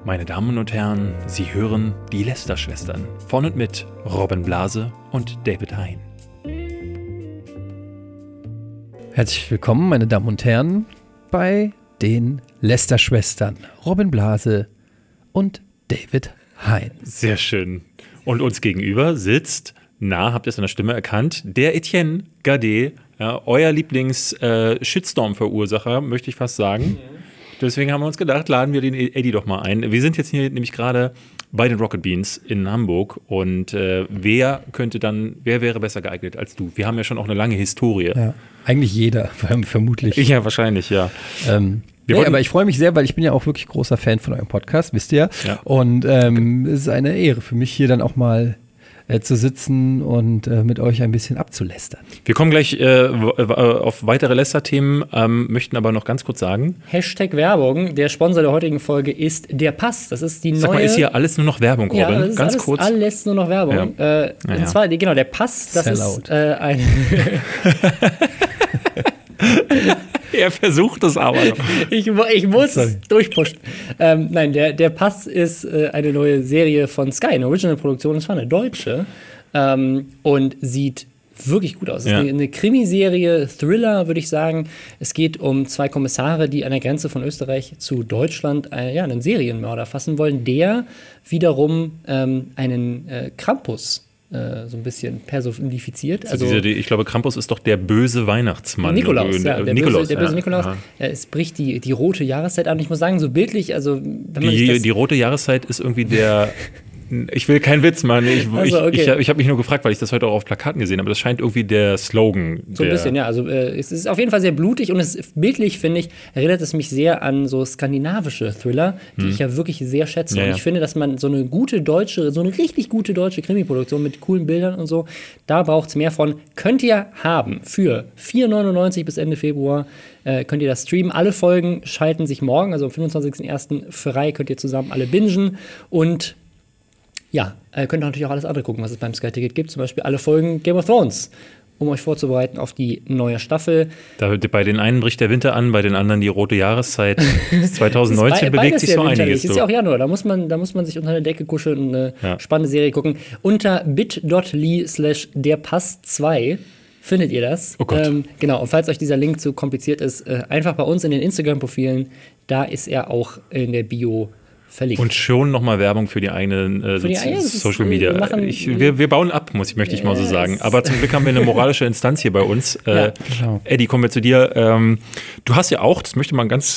Meine Damen und Herren, Sie hören die Lester-Schwestern von und mit Robin Blase und David Hein. Herzlich willkommen, meine Damen und Herren, bei den Lester-Schwestern Robin Blase und David Hein. Sehr schön. Und uns gegenüber sitzt, habt ihr es an der Stimme erkannt, der Etienne Gade, ja, euer Lieblings-Shitstorm-Verursacher, möchte ich fast sagen. Deswegen haben wir uns gedacht, laden wir den Eddie doch mal ein. Wir sind jetzt hier nämlich gerade bei den Rocket Beans in Hamburg und wer wäre besser geeignet als du? Wir haben ja schon auch eine lange Historie. Ja, eigentlich jeder, vermutlich. Ja, wahrscheinlich, ja. Aber ich freue mich sehr, weil ich bin ja auch wirklich großer Fan von eurem Podcast, wisst ihr. Ja. Und es ist eine Ehre für mich, hier dann auch mal zu sitzen und mit euch ein bisschen abzulästern. Wir kommen gleich auf weitere Lästerthemen, möchten aber noch ganz kurz sagen. #Werbung, der Sponsor der heutigen Folge ist der Pass. Das ist die neue... Sag mal, ist hier alles nur noch Werbung, Robin? Ja, das ist ganz kurz. Alles nur noch Werbung. Ja. Und zwar, genau, der Pass, das ist ein... Er versucht es aber noch. Ich muss durchpushen. Nein, der Pass ist eine neue Serie von Sky, eine Original-Produktion, das war eine deutsche, und sieht wirklich gut aus. Es ist eine Krimiserie, Thriller, würde ich sagen. Es geht um zwei Kommissare, die an der Grenze von Österreich zu Deutschland einen Serienmörder fassen wollen, der wiederum einen Krampus so ein bisschen personifiziert. Also ich glaube, Krampus ist doch der böse Weihnachtsmann. Nikolaus, der böse Nikolaus. Es bricht die rote Jahreszeit an. Ich muss sagen, so bildlich, also wenn man die rote Jahreszeit ist irgendwie der... Ich will keinen Witz machen. Ich habe mich nur gefragt, weil ich das heute auch auf Plakaten gesehen habe. Das scheint irgendwie der Slogan. So ein bisschen, ja. Also es ist auf jeden Fall sehr blutig und bildlich, finde ich, erinnert es mich sehr an so skandinavische Thriller, die ich ja wirklich sehr schätze. Und ich finde, dass man so eine richtig gute deutsche Krimi-Produktion mit coolen Bildern und so, da braucht es mehr von. Könnt ihr haben für 4,99 bis Ende Februar. Könnt ihr das streamen. Alle Folgen schalten sich morgen, also am 25.01. frei, könnt ihr zusammen alle bingen und ja, könnt ihr natürlich auch alles andere gucken, was es beim Sky Ticket gibt. Zum Beispiel alle Folgen Game of Thrones, um euch vorzubereiten auf die neue Staffel. Bei den einen bricht der Winter an, bei den anderen die rote Jahreszeit. 2019 bewegt sich so einiges. Es ist ja auch Januar, da muss man sich unter eine Decke kuscheln und eine spannende Serie gucken. Unter bit.ly/derpass2 findet ihr das. Oh Gott. Genau, und falls euch dieser Link zu kompliziert ist, einfach bei uns in den Instagram-Profilen, da ist er auch in der Bio verlinkt. Und schon nochmal Werbung für die eigenen Social Media. Wir bauen ab, möchte ich mal so sagen. Aber zum Glück haben wir eine moralische Instanz hier bei uns. Eddie, kommen wir zu dir. Du hast ja auch, das möchte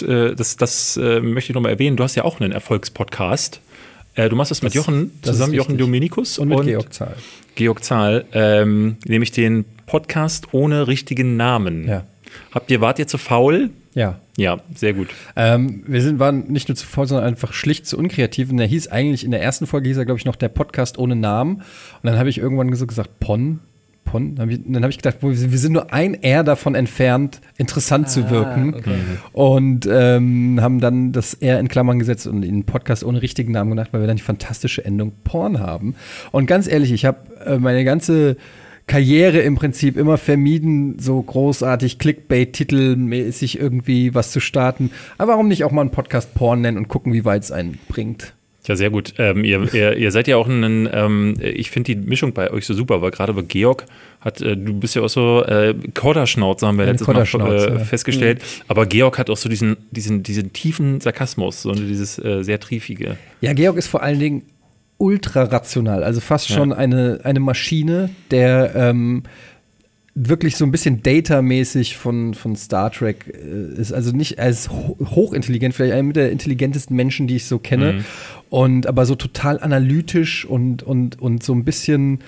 ich nochmal erwähnen, du hast ja auch einen Erfolgspodcast. Du machst das mit Jochen zusammen, Jochen Dominikus und mit Georg Zahl. Georg Zahl, nämlich den Podcast ohne richtigen Namen. Ja. Wart ihr zu faul? Ja. Ja, sehr gut. Wir waren nicht nur zu faul, sondern einfach schlicht zu unkreativ. Und in der ersten Folge hieß er, glaube ich, noch der Podcast ohne Namen. Und dann habe ich irgendwann so gesagt, Pon. Dann habe ich gedacht, wir sind nur ein R davon entfernt, interessant zu wirken. Okay. Und haben dann das R in Klammern gesetzt und den Podcast ohne richtigen Namen gemacht, weil wir dann die fantastische Endung Porn haben. Und ganz ehrlich, ich habe meine ganze Karriere im Prinzip immer vermieden, so großartig Clickbait-Titelmäßig irgendwie was zu starten. Aber warum nicht auch mal einen Podcast Porn nennen und gucken, wie weit es einen bringt? Ja, sehr gut. Ihr seid ja auch ich finde die Mischung bei euch so super, weil gerade bei Georg du bist ja auch so Kodderschnauze, haben wir letztes Mal festgestellt. Aber Georg hat auch so diesen tiefen Sarkasmus, so dieses sehr triefige. Ja, Georg ist vor allen Dingen ultra rational, also fast schon eine Maschine, der wirklich so ein bisschen Data-mäßig von Star Trek ist, also nicht als hochintelligent, vielleicht einer der intelligentesten Menschen, die ich so kenne, aber so total analytisch und so ein bisschen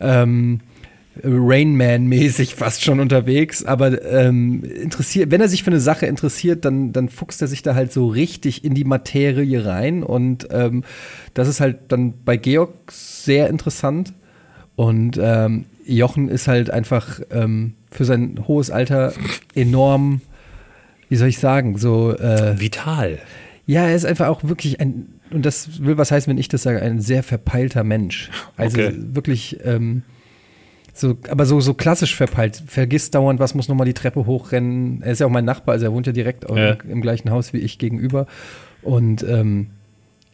Rain Man-mäßig fast schon unterwegs, aber wenn er sich für eine Sache interessiert, dann fuchst er sich da halt so richtig in die Materie rein und das ist halt dann bei Georg sehr interessant und Jochen ist halt einfach für sein hohes Alter enorm, wie soll ich sagen, so vital. Ja, er ist einfach auch wirklich und das will was heißen, wenn ich das sage, ein sehr verpeilter Mensch. Also wirklich aber so klassisch verpeilt. Vergisst dauernd was, muss nochmal die Treppe hochrennen. Er ist ja auch mein Nachbar, also er wohnt ja direkt im gleichen Haus wie ich gegenüber. Und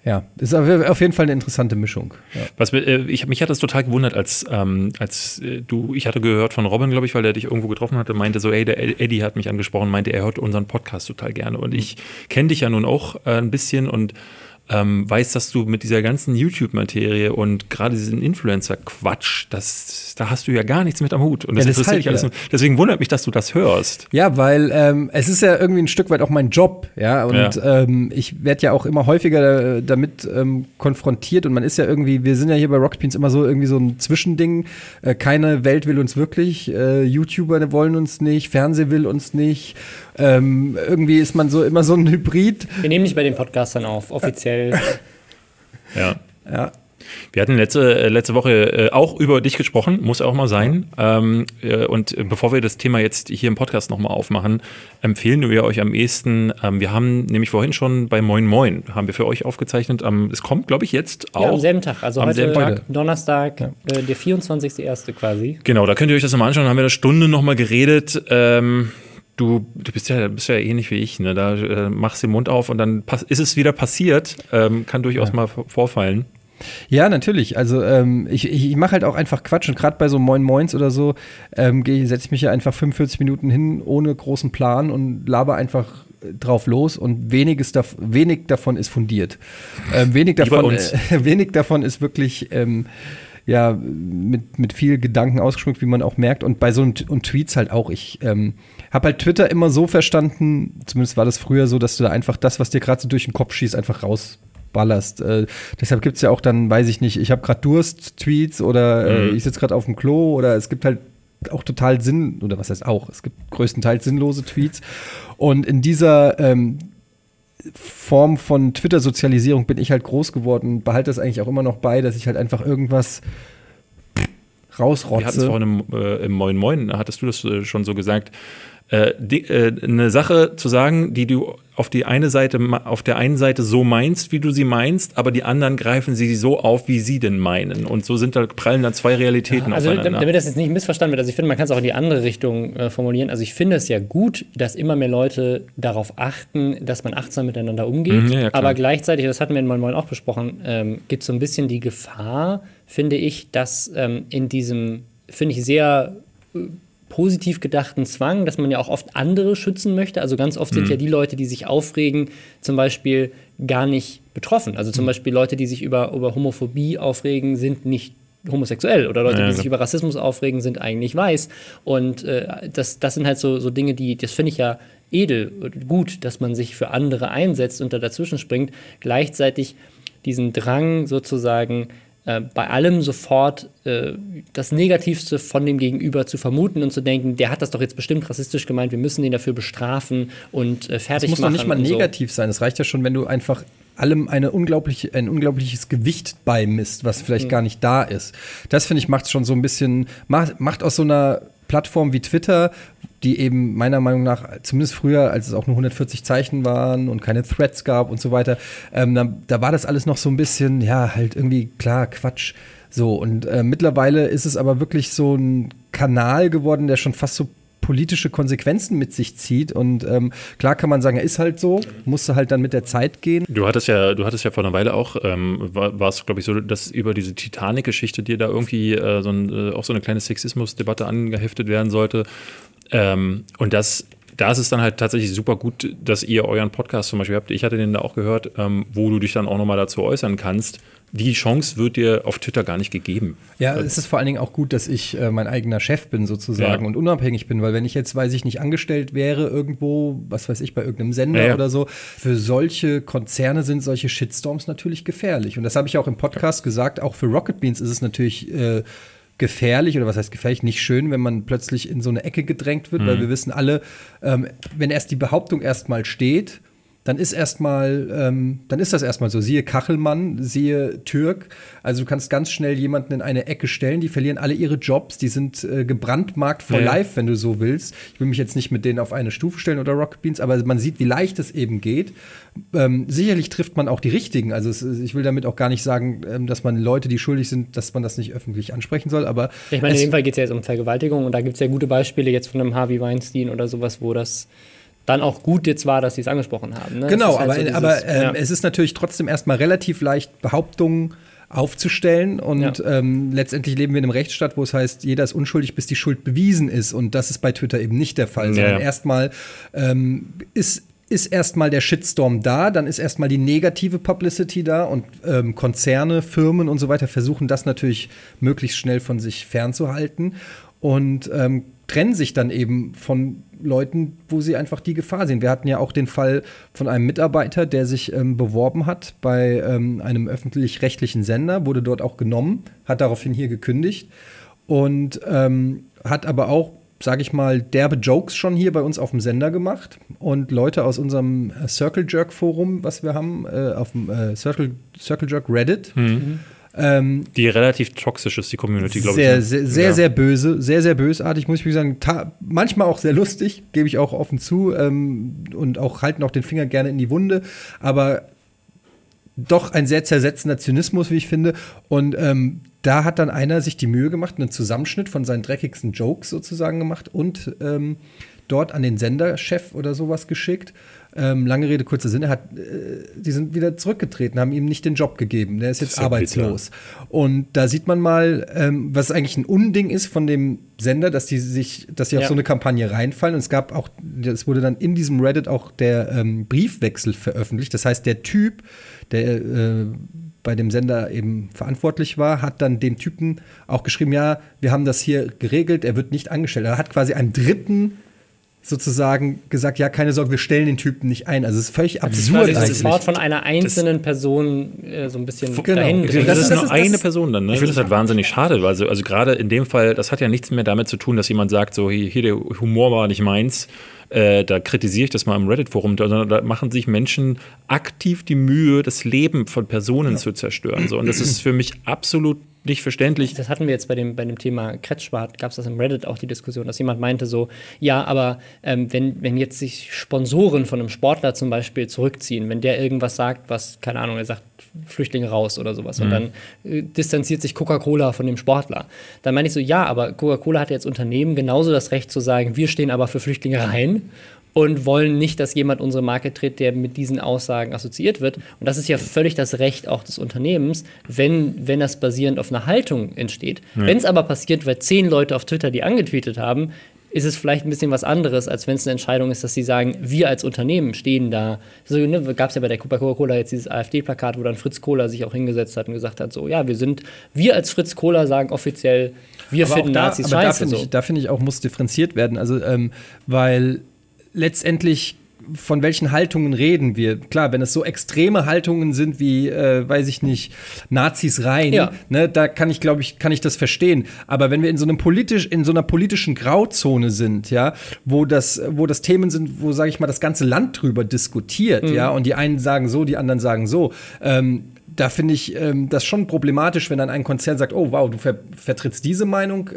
Ja, ist auf jeden Fall eine interessante Mischung. Ja. Mich hat das total gewundert, als ich hatte gehört von Robin, glaube ich, weil der dich irgendwo getroffen hatte, meinte so, der Eddie hat mich angesprochen, meinte, er hört unseren Podcast total gerne. Und ich kenne dich ja nun auch ein bisschen und weiß, dass du mit dieser ganzen YouTube-Materie und gerade diesen Influencer-Quatsch, da hast du ja gar nichts mit am Hut. Und das interessiert dich alles nur. Deswegen wundert mich, dass du das hörst. Ja, weil es ist ja irgendwie ein Stück weit auch mein Job, ja. Und ich werde ja auch immer häufiger damit konfrontiert. Und man ist ja irgendwie, wir sind ja hier bei Rocket Beans immer so irgendwie so ein Zwischending. Keine Welt will uns wirklich, YouTuber wollen uns nicht, Fernsehen will uns nicht. Irgendwie ist man so immer so ein Hybrid. Wir nehmen nicht bei den Podcastern auf, offiziell. Ja. Wir hatten letzte Woche auch über dich gesprochen, muss auch mal sein. Und bevor wir das Thema jetzt hier im Podcast nochmal aufmachen, empfehlen wir euch am ehesten, wir haben nämlich vorhin schon bei Moin Moin, haben wir für euch aufgezeichnet, es kommt, glaube ich, jetzt auch. Ja, am selben Tag, also heute Donnerstag, der 24.01. quasi. Genau, da könnt ihr euch das nochmal anschauen, da haben wir eine Stunde nochmal geredet. Du bist ja ähnlich wie ich, ne? Da machst du den Mund auf und dann ist es wieder passiert. Kann durchaus mal vorfallen. Ja, natürlich. Also ich mache halt auch einfach Quatsch. Und gerade bei so Moin Moins oder so setze ich mich ja einfach 45 Minuten hin, ohne großen Plan und laber einfach drauf los. Und wenig davon ist fundiert. Wenig davon ist wirklich mit viel Gedanken ausgeschmückt, wie man auch merkt. Und bei so und Tweets halt auch. Ich habe halt Twitter immer so verstanden, zumindest war das früher so, dass du da einfach das, was dir gerade so durch den Kopf schießt, einfach rausballerst. Deshalb gibt es ja auch dann, weiß ich nicht, ich habe gerade Durst-Tweets oder ich sitze gerade auf dem Klo oder es gibt halt auch total es gibt größtenteils sinnlose Tweets. Und in dieser Form von Twitter-Sozialisierung bin ich halt groß geworden und behalte das eigentlich auch immer noch bei, dass ich halt einfach irgendwas rausrotze. Wir hatten es vorhin im Moin Moin, hattest du das schon so gesagt, eine Sache zu sagen, die du auf der einen Seite so meinst, wie du sie meinst, aber die anderen greifen sie so auf, wie sie denn meinen. Und so prallen dann zwei Realitäten aufeinander. Damit das jetzt nicht missverstanden wird, also ich finde, man kann es auch in die andere Richtung formulieren. Also ich finde es ja gut, dass immer mehr Leute darauf achten, dass man achtsam miteinander umgeht. Ja, aber gleichzeitig, das hatten wir in Moin Moin auch besprochen, gibt es so ein bisschen die Gefahr, finde ich, dass in diesem, finde ich, sehr positiv gedachten Zwang, dass man ja auch oft andere schützen möchte. Also ganz oft sind ja die Leute, die sich aufregen, zum Beispiel gar nicht betroffen. Also zum Beispiel Leute, die sich über Homophobie aufregen, sind nicht homosexuell. Oder Leute, die sich über Rassismus aufregen, sind eigentlich weiß. Und das sind halt so Dinge, das finde ich ja edel und gut, dass man sich für andere einsetzt und da dazwischen springt. Gleichzeitig diesen Drang sozusagen bei allem sofort das Negativste von dem Gegenüber zu vermuten und zu denken, der hat das doch jetzt bestimmt rassistisch gemeint, wir müssen den dafür bestrafen und fertig machen. Das muss doch nicht mal negativ sein. Es reicht ja schon, wenn du einfach allem ein unglaubliches Gewicht beimisst, was vielleicht gar nicht da ist. Das, finde ich, macht es schon so ein bisschen, macht aus so einer Plattform wie Twitter, die eben meiner Meinung nach, zumindest früher, als es auch nur 140 Zeichen waren und keine Threads gab und so weiter, da war das alles noch so ein bisschen, ja, halt irgendwie, klar, Quatsch. So, und mittlerweile ist es aber wirklich so ein Kanal geworden, der schon fast so politische Konsequenzen mit sich zieht. Und klar kann man sagen, er ist halt so, musste halt dann mit der Zeit gehen. Du hattest ja vor einer Weile auch, war es, glaube ich, so, dass über diese Titanic-Geschichte dir da irgendwie auch so eine kleine Sexismusdebatte angeheftet werden sollte. Und da ist es dann halt tatsächlich super gut, dass ihr euren Podcast zum Beispiel habt. Ich hatte den da auch gehört, wo du dich dann auch nochmal dazu äußern kannst. Die Chance wird dir auf Twitter gar nicht gegeben. Ja, es ist vor allen Dingen auch gut, dass ich mein eigener Chef bin sozusagen und unabhängig bin, weil wenn ich jetzt, weiß ich nicht, angestellt wäre irgendwo, was weiß ich, bei irgendeinem Sender oder so, für solche Konzerne sind solche Shitstorms natürlich gefährlich. Und das habe ich auch im Podcast gesagt, auch für Rocket Beans ist es natürlich gefährlich, oder was heißt gefährlich, nicht schön, wenn man plötzlich in so eine Ecke gedrängt wird, weil wir wissen alle, wenn erst die Behauptung erstmal steht, dann ist das erstmal so. Siehe Kachelmann, siehe Türk. Also du kannst ganz schnell jemanden in eine Ecke stellen, die verlieren alle ihre Jobs, die sind gebrandmarkt for life, wenn du so willst. Ich will mich jetzt nicht mit denen auf eine Stufe stellen oder Rocket Beans, aber man sieht, wie leicht es eben geht. Sicherlich trifft man auch die Richtigen. Also ich will damit auch gar nicht sagen, dass man Leute, die schuldig sind, dass man das nicht öffentlich ansprechen soll. Aber ich meine, in dem Fall geht es ja jetzt um Vergewaltigung und da gibt es ja gute Beispiele jetzt von einem Harvey Weinstein oder sowas, wo das dann auch gut jetzt war, dass sie es angesprochen haben. Ne? Genau, aber es ist natürlich trotzdem erstmal relativ leicht, Behauptungen aufzustellen und letztendlich leben wir in einem Rechtsstaat, wo es heißt, jeder ist unschuldig, bis die Schuld bewiesen ist, und das ist bei Twitter eben nicht der Fall, sondern erstmal ist erstmal der Shitstorm da, dann ist erstmal die negative Publicity da, und Konzerne, Firmen und so weiter versuchen das natürlich möglichst schnell von sich fernzuhalten und trennen sich dann eben von Leuten, wo sie einfach die Gefahr sehen. Wir hatten ja auch den Fall von einem Mitarbeiter, der sich beworben hat bei einem öffentlich-rechtlichen Sender, wurde dort auch genommen, hat daraufhin hier gekündigt und hat aber auch, sage ich mal, derbe Jokes schon hier bei uns auf dem Sender gemacht, und Leute aus unserem Circle Jerk Forum, was wir haben, auf dem Circle Jerk Reddit, die relativ toxisch ist, die Community, glaube ich. Sehr böse, sehr bösartig, muss ich sagen. Manchmal auch sehr lustig, gebe ich auch offen zu, und auch halten auch den Finger gerne in die Wunde, aber doch ein sehr zersetzender Zynismus, wie ich finde. Und da hat dann einer sich die Mühe gemacht, einen Zusammenschnitt von seinen dreckigsten Jokes sozusagen gemacht und dort an den Senderchef oder sowas geschickt. Lange Rede, kurzer Sinn, die sind wieder zurückgetreten, haben ihm nicht den Job gegeben. Der ist jetzt arbeitslos. Bitter. Und da sieht man mal, was eigentlich ein Unding ist von dem Sender, dass sie auf so eine Kampagne reinfallen. Und es wurde dann in diesem Reddit auch der Briefwechsel veröffentlicht. Das heißt, der Typ, der bei dem Sender eben verantwortlich war, hat dann dem Typen auch geschrieben, ja, wir haben das hier geregelt, er wird nicht angestellt. Er hat quasi einem Dritten sozusagen gesagt, ja, keine Sorge, wir stellen den Typen nicht ein. Also es ist völlig absurd eigentlich. Das ist Wort von einer einzelnen Person so ein bisschen dahin. Das ist nur eine Person dann, ne? Ich finde das halt wahnsinnig schade, weil also gerade in dem Fall, das hat ja nichts mehr damit zu tun, dass jemand sagt, so hier der Humor war nicht meins, da kritisiere ich das mal im Reddit-Forum, sondern da machen sich Menschen aktiv die Mühe, das Leben von Personen zu zerstören. So. Und das ist für mich absolut nicht verständlich. Das hatten wir jetzt bei dem Thema Kretschmer, gab es das im Reddit auch die Diskussion, dass jemand meinte so, ja, aber wenn jetzt sich Sponsoren von einem Sportler zum Beispiel zurückziehen, wenn der irgendwas sagt, was, keine Ahnung, er sagt Flüchtlinge raus oder sowas und dann distanziert sich Coca-Cola von dem Sportler, dann meine ich so, ja, aber Coca-Cola hat jetzt Unternehmen genauso das Recht zu sagen, wir stehen aber für Flüchtlinge rein und wollen nicht, dass jemand unsere Marke tritt, der mit diesen Aussagen assoziiert wird. Und das ist ja völlig das Recht auch des Unternehmens, wenn das basierend auf einer Haltung entsteht. Ja. Wenn es aber passiert, weil 10 Leute auf Twitter die angetweetet haben, ist es vielleicht ein bisschen was anderes, als wenn es eine Entscheidung ist, dass sie sagen, wir als Unternehmen stehen da. So, ne, gab es ja bei der Coca-Cola jetzt dieses AfD-Plakat, wo dann Fritz Kohler sich auch hingesetzt hat und gesagt hat, so, ja, wir als Fritz Kohler sagen offiziell, wir finden Nazis scheiße. Da finde ich auch, muss differenziert werden. Also, weil letztendlich, von welchen Haltungen reden wir? Klar, wenn es so extreme Haltungen sind wie, weiß ich nicht, Nazis rein, ne, da kann ich das verstehen. Aber wenn wir in so einer politischen Grauzone sind, ja, wo das Themen sind, wo, sage ich mal, das ganze Land drüber diskutiert, ja, und die einen sagen so, die anderen sagen so, da finde ich das schon problematisch, wenn dann ein Konzern sagt, oh wow, du vertrittst diese Meinung,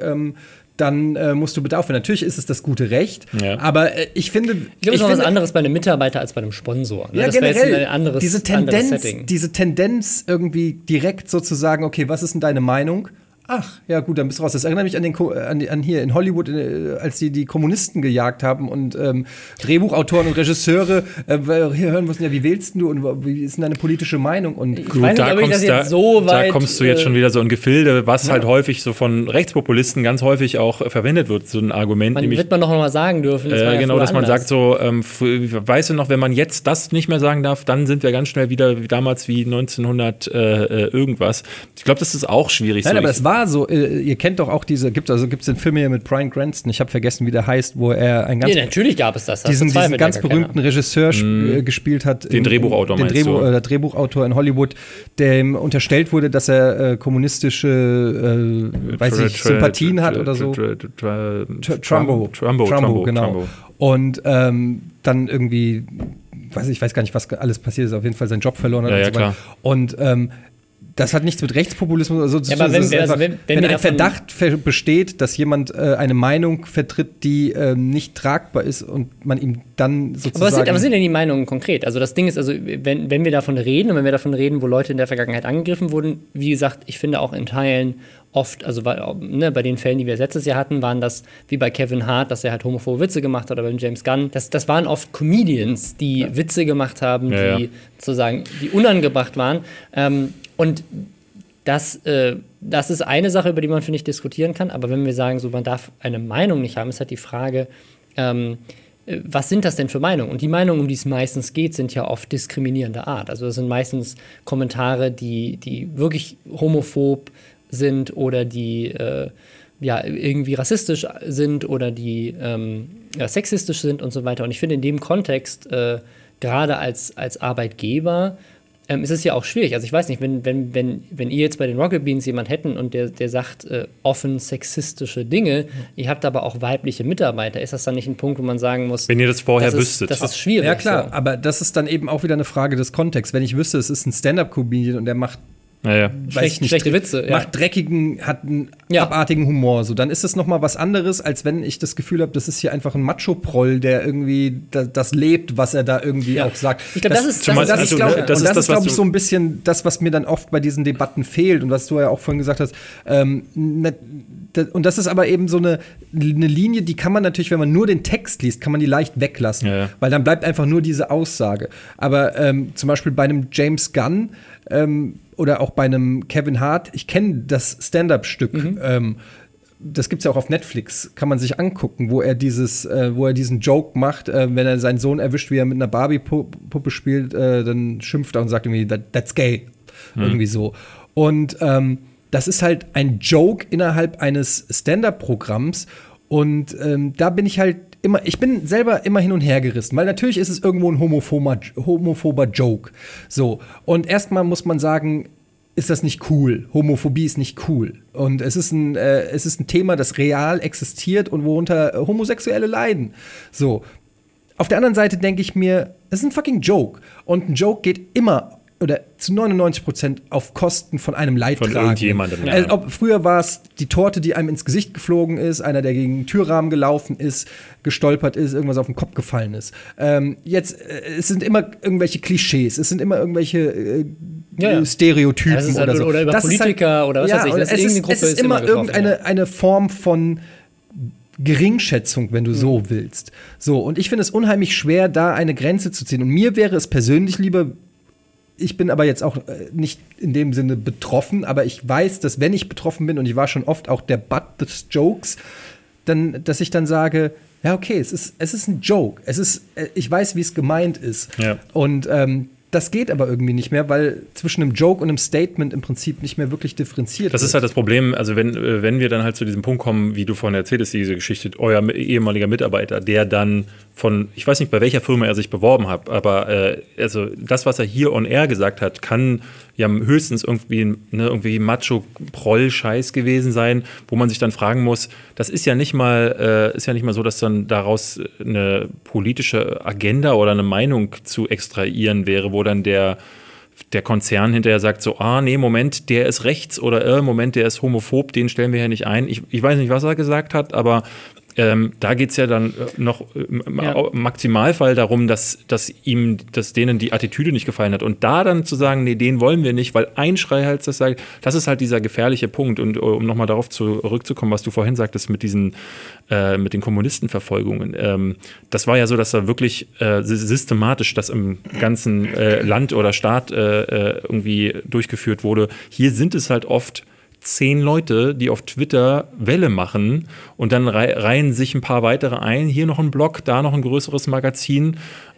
dann musst du bitte aufhören. Natürlich ist es das gute Recht, aber ich finde... Ich glaube, es ist was anderes bei einem Mitarbeiter als bei einem Sponsor. Ne? Ja, das generell, jetzt ein anderes Setting. Diese Tendenz irgendwie direkt so zu sagen, okay, was ist denn deine Meinung? Ach, ja gut, dann bist du raus. Das erinnert mich an hier in Hollywood, als die Kommunisten gejagt haben und Drehbuchautoren und Regisseure hören mussten, ja, wie wählst du und wie ist denn deine politische Meinung? Und gut, da kommst du jetzt schon wieder so in Gefilde, was halt häufig so von Rechtspopulisten ganz häufig auch verwendet wird, so ein Argument. Wird man noch mal sagen dürfen. Genau, dass man sagt so, weißt du noch, wenn man jetzt das nicht mehr sagen darf, dann sind wir ganz schnell wieder damals wie 1900 irgendwas. Ich glaube, das ist auch schwierig. Nein, aber es war so, ihr kennt doch auch gibt's den Film hier mit Bryan Cranston, ich habe vergessen, wie der heißt, wo er ein ganz... Ja, natürlich gab es das. Diesen ganz berühmten Regisseur gespielt hat. Den Drehbuchautor, der Drehbuchautor in Hollywood, dem unterstellt wurde, dass er kommunistische Sympathien hat oder so. Trumbo, genau. Und dann irgendwie, ich weiß gar nicht, was alles passiert ist, auf jeden Fall seinen Job verloren hat und so weiter. Und Das hat nichts mit Rechtspopulismus oder so zu tun. Aber wenn ein Verdacht besteht, dass jemand eine Meinung vertritt, die nicht tragbar ist und man ihm dann sozusagen. Aber was sind denn die Meinungen konkret? Also das Ding ist, also wenn wir davon reden, wo Leute in der Vergangenheit angegriffen wurden, wie gesagt, ich finde auch in Teilen oft, also bei den Fällen, die wir letztes Jahr hatten, waren das wie bei Kevin Hart, dass er halt homophobe Witze gemacht hat, oder bei James Gunn. Das waren oft Comedians, die Witze gemacht haben, die sozusagen die unangebracht waren. Und das ist eine Sache, über die man, finde ich, diskutieren kann. Aber wenn wir sagen, so man darf eine Meinung nicht haben, ist halt die Frage, was sind das denn für Meinungen? Und die Meinungen, um die es meistens geht, sind ja oft diskriminierender Art. Also das sind meistens Kommentare, die wirklich homophob sind oder die irgendwie rassistisch sind oder die sexistisch sind und so weiter. Und ich finde in dem Kontext, gerade als Arbeitgeber, ist es ja auch schwierig. Also ich weiß nicht, wenn ihr jetzt bei den Rocket Beans jemand hätten und der sagt offen sexistische Dinge, ihr habt aber auch weibliche Mitarbeiter, ist das dann nicht ein Punkt, wo man sagen muss, wenn ihr das vorher wüsstet? Das ist schwierig. Ja klar, so. Aber das ist dann eben auch wieder eine Frage des Kontexts. Wenn ich wüsste, es ist ein Stand-Up-Comedian und der macht schlechte Witze. Hat einen abartigen Humor. So, dann ist es noch mal was anderes, als wenn ich das Gefühl habe, das ist hier einfach ein Macho-Proll, der irgendwie das lebt, was er da irgendwie auch sagt. Ich glaube, das ist glaube ich, so ein bisschen das, was mir dann oft bei diesen Debatten fehlt und was du ja auch vorhin gesagt hast. Und das ist aber eben so eine Linie, die kann man natürlich, wenn man nur den Text liest, kann man die leicht weglassen. Weil dann bleibt einfach nur diese Aussage. Aber zum Beispiel bei einem James Gunn oder auch bei einem Kevin Hart, ich kenne das Stand-up-Stück, das gibt's ja auch auf Netflix, kann man sich angucken, wo er diesen Joke macht, wenn er seinen Sohn erwischt, wie er mit einer Barbie-Puppe spielt, dann schimpft er und sagt irgendwie, that's gay, irgendwie so. Und das ist halt ein Joke innerhalb eines Stand-up-Programms und da bin ich halt ich bin selber immer hin und her gerissen, weil natürlich ist es irgendwo ein homophober Joke. So, und erstmal muss man sagen, ist das nicht cool. Homophobie ist nicht cool. Und es ist ein Thema, das real existiert und worunter Homosexuelle leiden. So. Auf der anderen Seite denke ich mir, es ist ein fucking Joke. Und ein Joke geht immer oder zu 99% auf Kosten von einem Leidtragenden. Von irgendjemandem. Früher war es die Torte, die einem ins Gesicht geflogen ist, einer, der gegen den Türrahmen gelaufen ist, gestolpert ist, irgendwas auf den Kopf gefallen ist. Es sind immer irgendwelche Klischees, es sind immer irgendwelche Stereotypen oder so. Oder über das Politiker oder was weiß ich. Es ist immer irgendeine Form von Geringschätzung, wenn du so willst. So, und ich finde es unheimlich schwer, da eine Grenze zu ziehen. Und mir wäre es persönlich lieber, ich bin aber jetzt auch nicht in dem Sinne betroffen, aber ich weiß, dass wenn ich betroffen bin, und ich war schon oft auch der Butt des Jokes, dass ich dann sage, ja, okay, es ist ein Joke. Ich weiß, wie es gemeint ist. Ja. Und das geht aber irgendwie nicht mehr, weil zwischen einem Joke und einem Statement im Prinzip nicht mehr wirklich differenziert Das ist halt das Problem, also wenn wir dann halt zu diesem Punkt kommen, wie du vorhin erzählt hast, diese Geschichte, euer ehemaliger Mitarbeiter, der dann ich weiß nicht, bei welcher Firma er sich beworben hat, aber also das, was er hier on air gesagt hat, kann ja höchstens irgendwie Macho-Proll-Scheiß gewesen sein, wo man sich dann fragen muss, das ist ja nicht mal so, dass dann daraus eine politische Agenda oder eine Meinung zu extrahieren wäre, wo dann der Konzern hinterher sagt so, nee, Moment, der ist rechts oder Moment, der ist homophob, den stellen wir ja nicht ein. Ich weiß nicht, was er gesagt hat, aber da geht es ja dann noch im Maximalfall darum, dass denen die Attitüde nicht gefallen hat. Und da dann zu sagen, nee, den wollen wir nicht, weil ein Schrei halt das sagt, das ist halt dieser gefährliche Punkt. Und um nochmal darauf zurückzukommen, was du vorhin sagtest mit den Kommunistenverfolgungen. Das war ja so, dass da wirklich systematisch das im ganzen Land oder Staat irgendwie durchgeführt wurde. Hier sind es halt oft 10 Leute, die auf Twitter Welle machen und dann reihen sich ein paar weitere ein. Hier noch ein Blog, da noch ein größeres Magazin.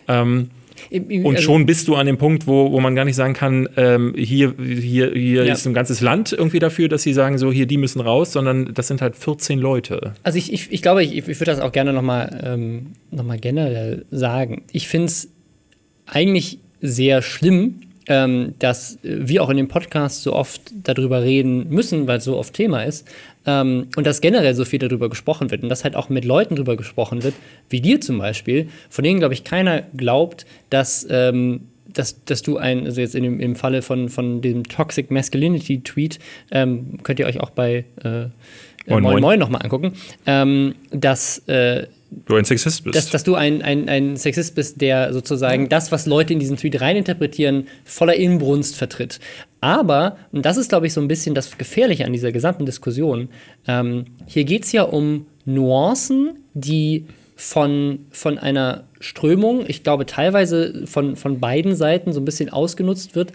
Und schon bist du an dem Punkt, wo man gar nicht sagen kann, hier ist ein ganzes Land irgendwie dafür, dass sie sagen, so hier, die müssen raus, sondern das sind halt 14 Leute. Also ich glaube, ich würde das auch gerne noch mal generell sagen. Ich finde es eigentlich sehr schlimm, dass wir auch in dem Podcast so oft darüber reden müssen, weil es so oft Thema ist, und dass generell so viel darüber gesprochen wird und dass halt auch mit Leuten darüber gesprochen wird, wie dir zum Beispiel, von denen, glaube ich, keiner glaubt, dass dass du also jetzt im Falle von dem Toxic Masculinity Tweet, könnt ihr euch auch bei Moin nochmal angucken, dass du ein Sexist bist. Dass du ein Sexist bist, der sozusagen das, was Leute in diesen Tweet reininterpretieren, voller Inbrunst vertritt. Aber, und das ist, glaube ich, so ein bisschen das Gefährliche an dieser gesamten Diskussion, hier geht es ja um Nuancen, die von einer Strömung, ich glaube teilweise von beiden Seiten so ein bisschen ausgenutzt wird,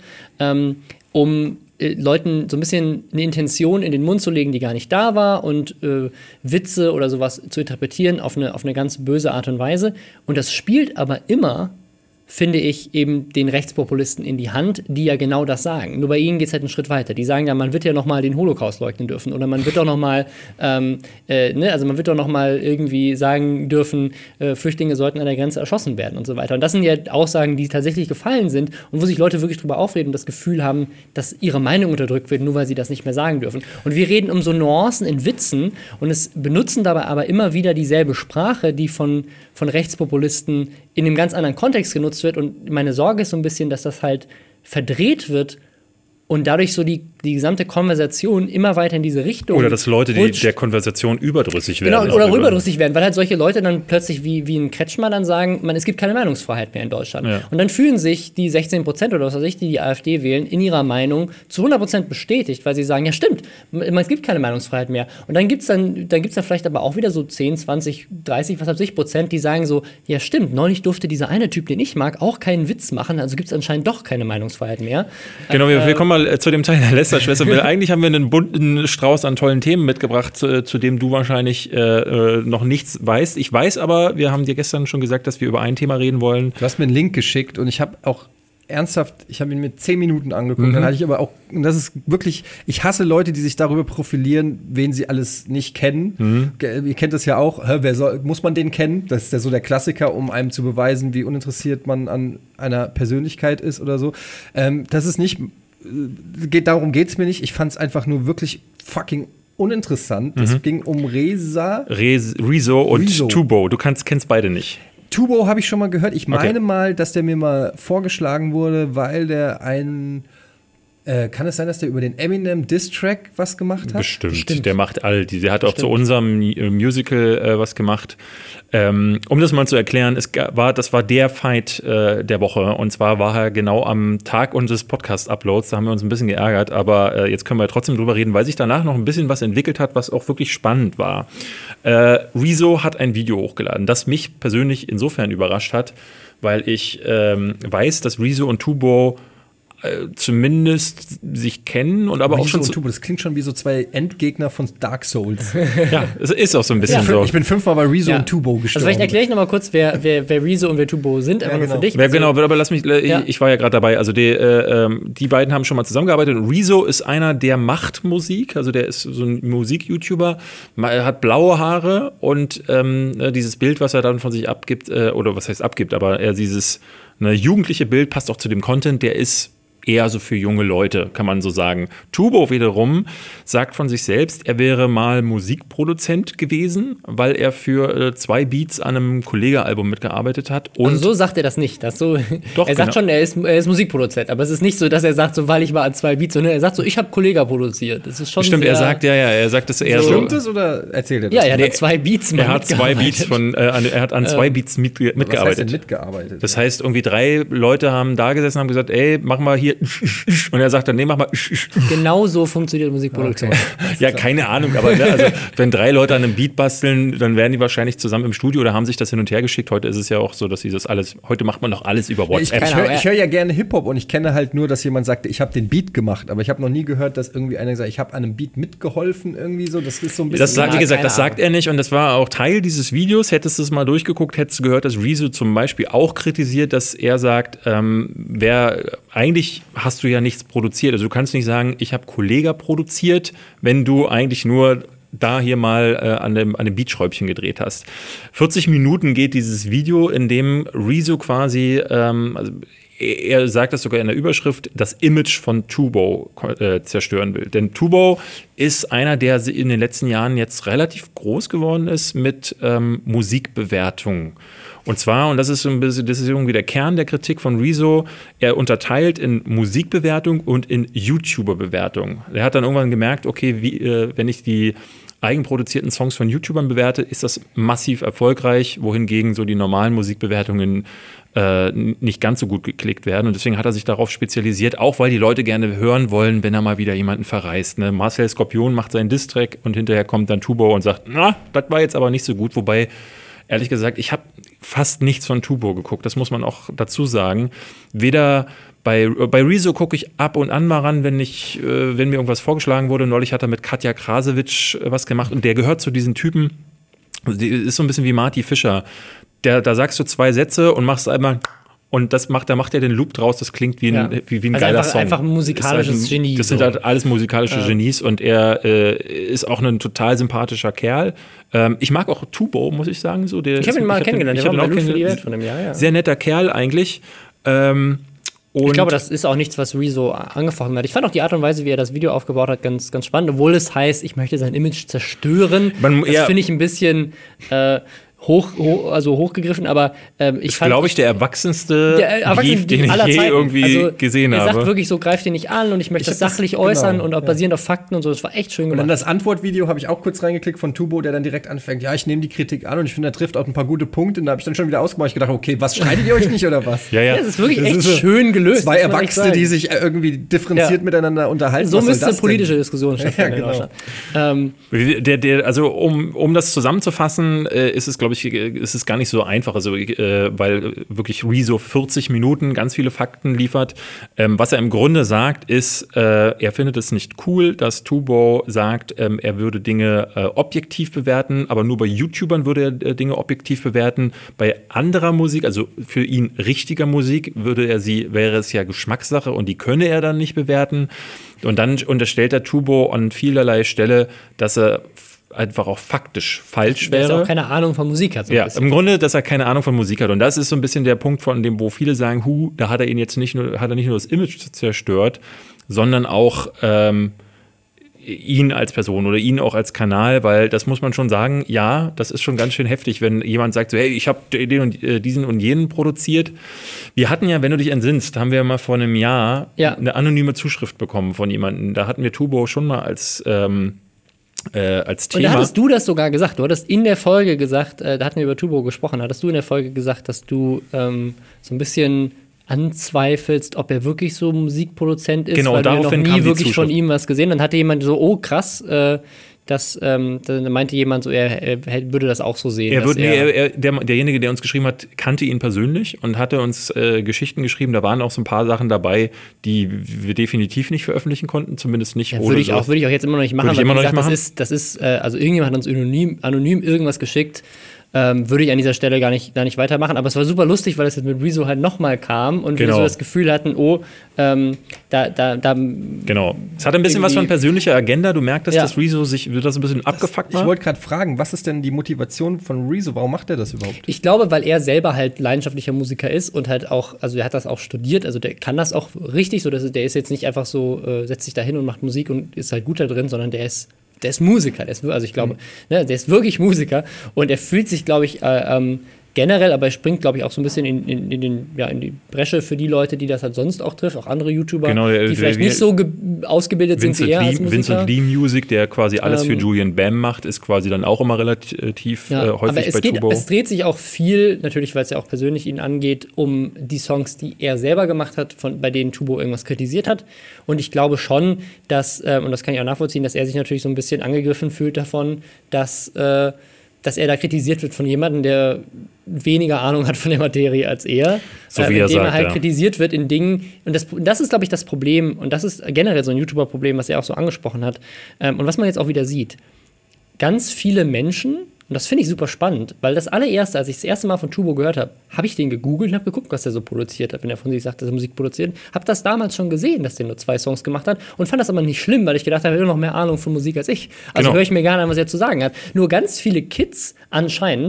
um Leuten so ein bisschen eine Intention in den Mund zu legen, die gar nicht da war und Witze oder sowas zu interpretieren auf eine ganz böse Art und Weise. Und das spielt aber immer, finde ich, eben den Rechtspopulisten in die Hand, die ja genau das sagen. Nur bei ihnen geht es halt einen Schritt weiter. Die sagen ja, man wird ja noch mal den Holocaust leugnen dürfen oder man wird doch noch mal, man wird doch noch mal irgendwie sagen dürfen, Flüchtlinge sollten an der Grenze erschossen werden und so weiter. Und das sind ja Aussagen, die tatsächlich gefallen sind und wo sich Leute wirklich drüber aufreden und das Gefühl haben, dass ihre Meinung unterdrückt wird, nur weil sie das nicht mehr sagen dürfen. Und wir reden um so Nuancen in Witzen und es benutzen dabei aber immer wieder dieselbe Sprache, die von Rechtspopulisten in einem ganz anderen Kontext genutzt wird. Und meine Sorge ist so ein bisschen, dass das halt verdreht wird und dadurch so die gesamte Konversation immer weiter in diese Richtung oder dass Leute der Konversation überdrüssig werden. Genau, oder überdrüssig werden, weil halt solche Leute dann plötzlich wie ein Kretschmann dann sagen, es gibt keine Meinungsfreiheit mehr in Deutschland. Ja. Und dann fühlen sich die 16% oder was weiß ich, die AfD wählen, in ihrer Meinung zu 100% bestätigt, weil sie sagen, ja stimmt, es gibt keine Meinungsfreiheit mehr. Und dann gibt's dann vielleicht aber auch wieder so 10, 20, 30, was weiß ich, Prozent, die sagen so, ja stimmt, neulich durfte dieser eine Typ, den ich mag, auch keinen Witz machen, also gibt es anscheinend doch keine Meinungsfreiheit mehr. Genau, wir kommen mal zu dem Teil der Lästerschwester. Eigentlich haben wir einen bunten Strauß an tollen Themen mitgebracht, zu dem du wahrscheinlich noch nichts weißt. Ich weiß aber, wir haben dir gestern schon gesagt, dass wir über ein Thema reden wollen. Du hast mir einen Link geschickt und ich habe auch ernsthaft, ich habe ihn mir 10 Minuten angeguckt, dann hatte ich aber auch, und das ist wirklich, ich hasse Leute, die sich darüber profilieren, wen sie alles nicht kennen. Ihr kennt das ja auch, muss man den kennen? Das ist ja so der Klassiker, um einem zu beweisen, wie uninteressiert man an einer Persönlichkeit ist oder so. Das ist nicht, darum geht es mir nicht, ich fand es einfach nur wirklich fucking uninteressant. Es ging um Rezo und Tubo, du kennst beide nicht. Tubo habe ich schon mal gehört. Ich meine mal, dass der mir mal vorgeschlagen wurde, weil der kann es sein, dass der über den Eminem Diss-Track was gemacht hat? Bestimmt. Der macht der hat auch zu unserem Musical was gemacht. Um das mal zu erklären, das war der Fight der Woche. Und zwar war er genau am Tag unseres Podcast-Uploads. Da haben wir uns ein bisschen geärgert. Aber jetzt können wir trotzdem drüber reden, weil sich danach noch ein bisschen was entwickelt hat, was auch wirklich spannend war. Rezo hat ein Video hochgeladen, das mich persönlich insofern überrascht hat, weil ich weiß, dass Rezo und Tubo zumindest sich kennen und aber auch schon Tubo, das klingt schon wie so zwei Endgegner von Dark Souls. Ja, es ist auch so ein bisschen so. Ich bin 5-mal bei Rezo und Tubo gestorben. Also vielleicht erkläre ich noch mal kurz, wer Rezo und wer Tubo sind, einfach nur für dich. Genau, aber lass mich, ich war ja gerade dabei, also die beiden haben schon mal zusammengearbeitet und Rezo ist einer, der macht Musik, also der ist so ein Musik-YouTuber, er hat blaue Haare und dieses Bild, was er dann von sich abgibt, oder was heißt abgibt, aber dieses jugendliche Bild passt auch zu dem Content, der ist eher so für junge Leute, kann man so sagen. Tubo wiederum sagt von sich selbst, er wäre mal Musikproduzent gewesen, weil er für 2 Beats an einem Kollega-Album mitgearbeitet hat. Und also so sagt er das nicht. Doch, er sagt schon, er ist Musikproduzent, aber es ist nicht so, dass er sagt, so, weil ich war an 2 Beats, sondern er sagt so, ich habe Kollega produziert. Das ist schon stimmt, er sagt, dass er so. Stimmt das oder erzählt er das? Ja, er hat an 2 Beats er hat an 2 Beats mitgearbeitet. Was heißt denn mitgearbeitet? Das heißt, irgendwie 3 Leute haben da gesessen und haben gesagt, ey, mach mal hier und er sagt dann, nee, mach mal. Genau so funktioniert Musikproduktion. Okay. Ja, keine Ahnung, aber also, wenn 3 Leute an einem Beat basteln, dann werden die wahrscheinlich zusammen im Studio oder haben sich das hin und her geschickt. Heute ist es ja auch so, dass heute macht man doch alles über WhatsApp. Ich höre ja gerne Hip-Hop und ich kenne halt nur, dass jemand sagte, ich habe den Beat gemacht, aber ich habe noch nie gehört, dass irgendwie einer sagt, ich habe an einem Beat mitgeholfen, irgendwie so. Das ist so ein bisschen. Wie gesagt, das sagt er nicht und das war auch Teil dieses Videos. Hättest du es mal durchgeguckt, hättest du gehört, dass Rezo zum Beispiel auch kritisiert, dass er sagt, eigentlich hast du ja nichts produziert. Also du kannst nicht sagen, ich habe Kollega produziert, wenn du eigentlich nur da hier mal an dem Beatschräubchen gedreht hast. 40 Minuten geht dieses Video, in dem Rezo quasi er sagt das sogar in der Überschrift, das Image von Tubo zerstören will. Denn Tubo ist einer, der in den letzten Jahren jetzt relativ groß geworden ist mit Musikbewertungen. Und zwar, und das ist irgendwie der Kern der Kritik von Rezo, er unterteilt in Musikbewertung und in YouTuber-Bewertung. Er hat dann irgendwann gemerkt, okay, wenn ich die eigenproduzierten Songs von YouTubern bewerte, ist das massiv erfolgreich, wohingegen so die normalen Musikbewertungen nicht ganz so gut geklickt werden. Und deswegen hat er sich darauf spezialisiert, auch weil die Leute gerne hören wollen, wenn er mal wieder jemanden verreist. Ne? Marcel Skorpion macht seinen Diss-Track und hinterher kommt dann Tubo und sagt, na, das war jetzt aber nicht so gut. Wobei, ehrlich gesagt, ich habe fast nichts von Tubo geguckt. Das muss man auch dazu sagen. Weder bei Rezo gucke ich ab und an mal ran, wenn mir irgendwas vorgeschlagen wurde. Neulich hat er mit Katja Krasewitsch was gemacht und der gehört zu diesen Typen. Die ist so ein bisschen wie Marty Fischer. Da sagst du 2 Sätze und machst einmal und da macht er den Loop draus, das klingt wie ein geiler Song. Einfach ein musikalisches Genie. Das sind halt alles musikalische Genies und er ist auch ein total sympathischer Kerl. Ich mag auch Tubo, muss ich sagen. So, ich habe ihn mal kennengelernt, der war bei für die Welt von dem Jahr. Ja. Sehr netter Kerl eigentlich. Ich glaube, das ist auch nichts, was Rezo angefochten hat. Ich fand auch die Art und Weise, wie er das Video aufgebaut hat, ganz, ganz spannend. Obwohl es heißt, ich möchte sein Image zerstören. Das finde ich ein bisschen hochgegriffen, aber ich fand... glaube ich, der erwachsenste Brief, den ich je irgendwie gesehen habe. Er sagt wirklich so, greif den nicht an und ich möchte das sachlich äußern und auch basierend auf Fakten und so. Das war echt schön gemacht. Und dann das Antwortvideo habe ich auch kurz reingeklickt von Tubo, der dann direkt anfängt, ja, ich nehme die Kritik an und ich finde, er trifft auch ein paar gute Punkte. Und da habe ich dann schon wieder ausgemacht. Ich gedacht, okay, was streitet ihr euch nicht oder was? Ja, das ist wirklich echt schön gelöst. 2 Erwachsene, die sich irgendwie differenziert miteinander unterhalten. So müsste eine politische Diskussion stattfinden in Deutschland. Also um das zusammenzufassen, ist es, glaube ich, gar nicht so einfach, also, weil wirklich Rezo 40 Minuten ganz viele Fakten liefert. Was er im Grunde sagt, ist, er findet es nicht cool, dass Tubo sagt, er würde Dinge objektiv bewerten, aber nur bei YouTubern würde er Dinge objektiv bewerten. Bei anderer Musik, also für ihn richtiger Musik, wäre es ja Geschmackssache und die könne er dann nicht bewerten. Und dann unterstellt er Tubo an vielerlei Stelle, dass er einfach auch faktisch falsch wäre. Dass er auch keine Ahnung von Musik hat. So im Grunde, dass er keine Ahnung von Musik hat. Und das ist so ein bisschen der Punkt, von dem, wo viele sagen, da hat er nicht nur das Image zerstört, sondern auch ihn als Person oder ihn auch als Kanal, weil das muss man schon sagen, ja, das ist schon ganz schön heftig, wenn jemand sagt so, hey, ich habe den und diesen und jenen produziert. Wir hatten ja, wenn du dich entsinnst, haben wir mal vor einem Jahr eine anonyme Zuschrift bekommen von jemandem. Da hatten wir Tubo schon mal als Thema. Und da hattest du das sogar gesagt. Du hattest in der Folge gesagt, da hatten wir über Tubo gesprochen, hattest du in der Folge gesagt, dass du so ein bisschen anzweifelst, ob er wirklich so Musikproduzent ist, genau, weil du noch nie wirklich von ihm was gesehen. Dann hatte jemand so, oh krass, dann meinte jemand so, er würde das auch so sehen. Derjenige, der uns geschrieben hat, kannte ihn persönlich und hatte uns Geschichten geschrieben. Da waren auch so ein paar Sachen dabei, die wir definitiv nicht veröffentlichen konnten, zumindest nicht ohne. Würde ich auch jetzt immer noch nicht machen, weil das ist, also irgendjemand hat uns anonym irgendwas geschickt. Würde ich an dieser Stelle gar nicht weitermachen. Aber es war super lustig, weil es jetzt mit Rezo halt nochmal kam und wir so das Gefühl hatten, Genau. Es hat ein bisschen was von persönlicher Agenda. Du merkst, dass Rezo wird das ein bisschen abgefuckt war. Ich wollte gerade fragen, was ist denn die Motivation von Rezo? Warum macht er das überhaupt? Ich glaube, weil er selber halt leidenschaftlicher Musiker ist und halt auch, also er hat das auch studiert, also der kann das auch richtig, so der ist jetzt nicht einfach so, setzt sich da hin und macht Musik und ist halt gut da drin, sondern der ist Musiker, ich glaube, der ist wirklich Musiker und er fühlt sich, glaube ich, generell, aber er springt, glaube ich, auch so ein bisschen in die Bresche für die Leute, die das halt sonst auch trifft, auch andere YouTuber, die vielleicht nicht so ausgebildet sind wie er als Musiker. Vincent Lee Music, der quasi alles für Julian Bam macht, ist quasi dann auch immer relativ häufig bei Tubo. Es dreht sich auch viel, natürlich, weil es ja auch persönlich ihn angeht, um die Songs, die er selber gemacht hat, bei denen Tubo irgendwas kritisiert hat. Und ich glaube schon, dass, und das kann ich auch nachvollziehen, dass er sich natürlich so ein bisschen angegriffen fühlt davon, dass er da kritisiert wird von jemandem, der weniger Ahnung hat von der Materie als er. So wie er sagt, indem er halt kritisiert wird in Dingen. Und das ist, glaube ich, das Problem. Und das ist generell so ein YouTuber-Problem, was er auch so angesprochen hat. Und was man jetzt auch wieder sieht. Ganz viele Menschen, und das finde ich super spannend, weil das allererste, als ich das erste Mal von Tubo gehört habe, habe ich den gegoogelt und habe geguckt, was der so produziert hat, wenn er von sich sagt, dass er Musik produziert. Habe das damals schon gesehen, dass der nur 2 Songs gemacht hat und fand das aber nicht schlimm, weil ich gedacht habe, er hat noch mehr Ahnung von Musik als ich. Also höre ich mir gerne an, was er zu sagen hat. Nur ganz viele Kids anscheinend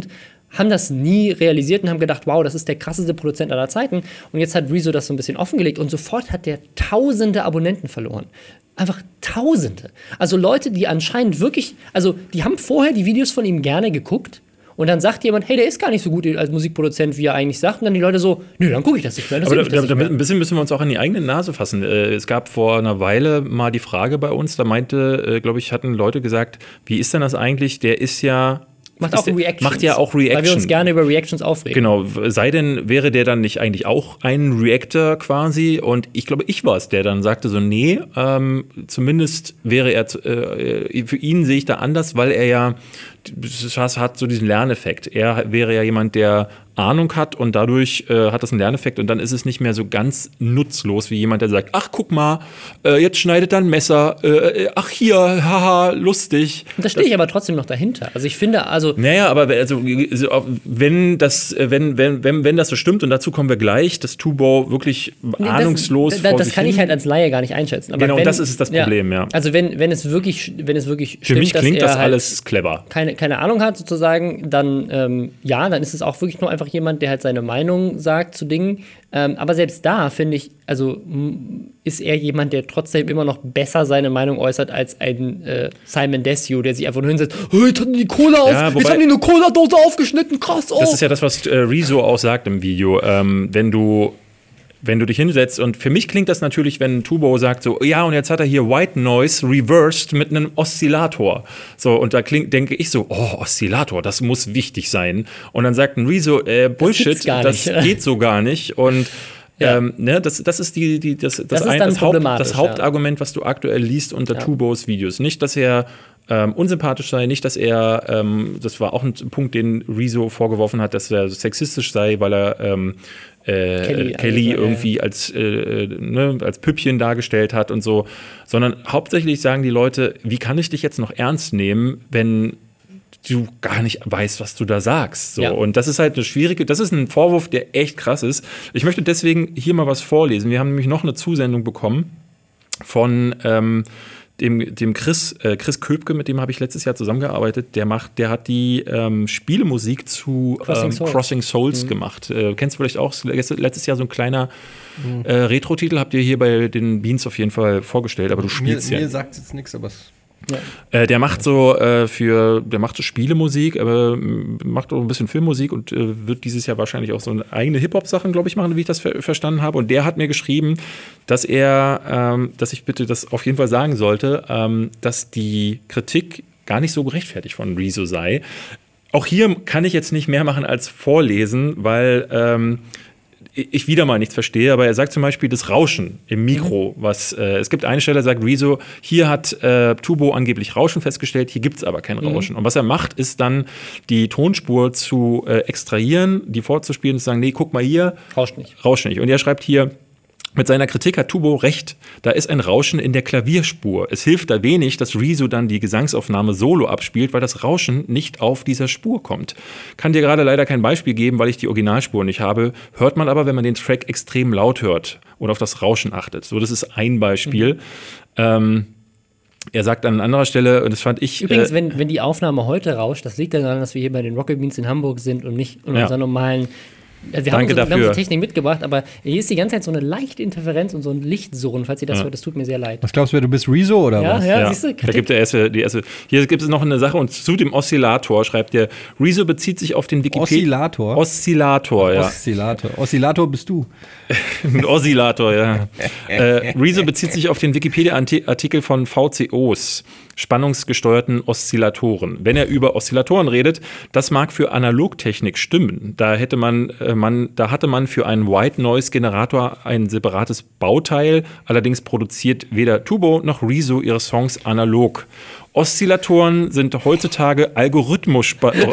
haben das nie realisiert und haben gedacht, wow, das ist der krasseste Produzent aller Zeiten. Und jetzt hat Rezo das so ein bisschen offengelegt und sofort hat der tausende Abonnenten verloren. Einfach tausende. Also Leute, die anscheinend wirklich, also die haben vorher die Videos von ihm gerne geguckt und dann sagt jemand, hey, der ist gar nicht so gut als Musikproduzent, wie er eigentlich sagt. Und dann die Leute so, nö, dann gucke ich das nicht mehr. Ein bisschen müssen wir uns auch an die eigene Nase fassen. Es gab vor einer Weile mal die Frage bei uns, da meinte, glaube ich, hatten Leute gesagt, wie ist denn das eigentlich? Der ist ja... Macht ja auch Reactions. Weil wir uns gerne über Reactions aufregen. Genau, wäre der dann nicht eigentlich auch ein Reactor quasi? Und ich glaube, ich war es, der dann sagte so, nee, zumindest wäre er, für ihn sehe ich da anders, weil er ja, das hat so diesen Lerneffekt. Er wäre ja jemand, der Ahnung hat und dadurch hat das einen Lerneffekt und dann ist es nicht mehr so ganz nutzlos wie jemand, der sagt, ach, guck mal, jetzt schneidet er ein Messer, ach hier, haha, lustig. Und da stehe ich aber trotzdem noch dahinter. Also ich finde, Naja, aber wenn das so stimmt und dazu kommen wir gleich, dass Tubo wirklich ahnungslos das kann ich halt als Laie gar nicht einschätzen. Aber genau, das ist das Problem, ja. Also wenn es wirklich stimmt, für mich klingt dass das er alles halt clever. Keine Ahnung hat sozusagen, dann dann ist es auch wirklich nur einfach jemand, der halt seine Meinung sagt zu Dingen. Aber selbst da, finde ich, also ist er jemand, der trotzdem immer noch besser seine Meinung äußert als ein Simon Desue, der sich einfach nur hinsetzt, jetzt haben die Cola jetzt haben die eine Cola-Dose aufgeschnitten, krass. Das ist ja das, was Rezo auch sagt im Video. Wenn du dich hinsetzt, und für mich klingt das natürlich, wenn Tubo sagt so, ja, und jetzt hat er hier White Noise reversed mit einem Oszillator. So, und da denke ich so, oh, Oszillator, das muss wichtig sein. Und dann sagt ein Rezo, Bullshit, das geht so gar nicht. Und das ist das Hauptargument, was du aktuell liest unter Tubos Videos. Nicht, dass er unsympathisch sei, nicht, dass er, das war auch ein Punkt, den Rezo vorgeworfen hat, dass er sexistisch sei, weil er Kelly irgendwie als Püppchen dargestellt hat und so, sondern hauptsächlich sagen die Leute, wie kann ich dich jetzt noch ernst nehmen, wenn du gar nicht weißt, was du da sagst. So. Ja. Und das ist halt das ist ein Vorwurf, der echt krass ist. Ich möchte deswegen hier mal was vorlesen. Wir haben nämlich noch eine Zusendung bekommen von dem Chris Köpke, mit dem habe ich letztes Jahr zusammengearbeitet, der hat die Spielemusik zu Crossing Souls gemacht. Kennst du vielleicht auch, letztes Jahr so ein kleiner Retro-Titel, habt ihr hier bei den Beans auf jeden Fall vorgestellt, aber du spielst mir sagt jetzt nichts, aber der macht so Spielemusik, aber macht auch ein bisschen Filmmusik und wird dieses Jahr wahrscheinlich auch so eine eigene Hip-Hop-Sachen, glaube ich, machen, wie ich das verstanden habe. Und der hat mir geschrieben, dass ich bitte das auf jeden Fall sagen sollte, dass die Kritik gar nicht so gerechtfertigt von Rezo sei. Auch hier kann ich jetzt nicht mehr machen als vorlesen, weil ich wieder mal nichts verstehe, aber er sagt zum Beispiel das Rauschen im Mikro, es gibt eine Stelle, sagt Rezo, hier hat Tubo angeblich Rauschen festgestellt, hier gibt es aber kein Rauschen. Und was er macht, ist dann die Tonspur zu extrahieren, die vorzuspielen und zu sagen, nee, guck mal hier, rauscht nicht. Und er schreibt hier, mit seiner Kritik hat Tubo recht, da ist ein Rauschen in der Klavierspur. Es hilft da wenig, dass Rezo dann die Gesangsaufnahme solo abspielt, weil das Rauschen nicht auf dieser Spur kommt. Kann dir gerade leider kein Beispiel geben, weil ich die Originalspur nicht habe. Hört man aber, wenn man den Track extrem laut hört und auf das Rauschen achtet. So, das ist ein Beispiel. Er sagt an anderer Stelle, und das fand ich... Übrigens, wenn die Aufnahme heute rauscht, das liegt daran, dass wir hier bei den Rocket Beans in Hamburg sind und nicht in unserer normalen... Wir haben unsere Technik mitgebracht, aber hier ist die ganze Zeit so eine leichte Interferenz und so ein Lichtsurren, falls ihr das hört, das tut mir sehr leid. Was glaubst du, du bist Rezo oder was? Ja, siehst du? Da gibt er die erste. Hier gibt es noch eine Sache und zu dem Oszillator schreibt der, Rezo bezieht sich auf den Wikipedia... Oszillator, ja. Oszillator bist du. Ein Oszillator, ja. Rezo bezieht sich auf den Wikipedia-Artikel von VCOs, spannungsgesteuerten Oszillatoren. Wenn er über Oszillatoren redet, das mag für Analogtechnik stimmen. Da hatte man für einen White Noise Generator ein separates Bauteil. Allerdings produziert weder Tubo noch Rezo ihre Songs analog. Oszillatoren sind heutzutage algorithmisch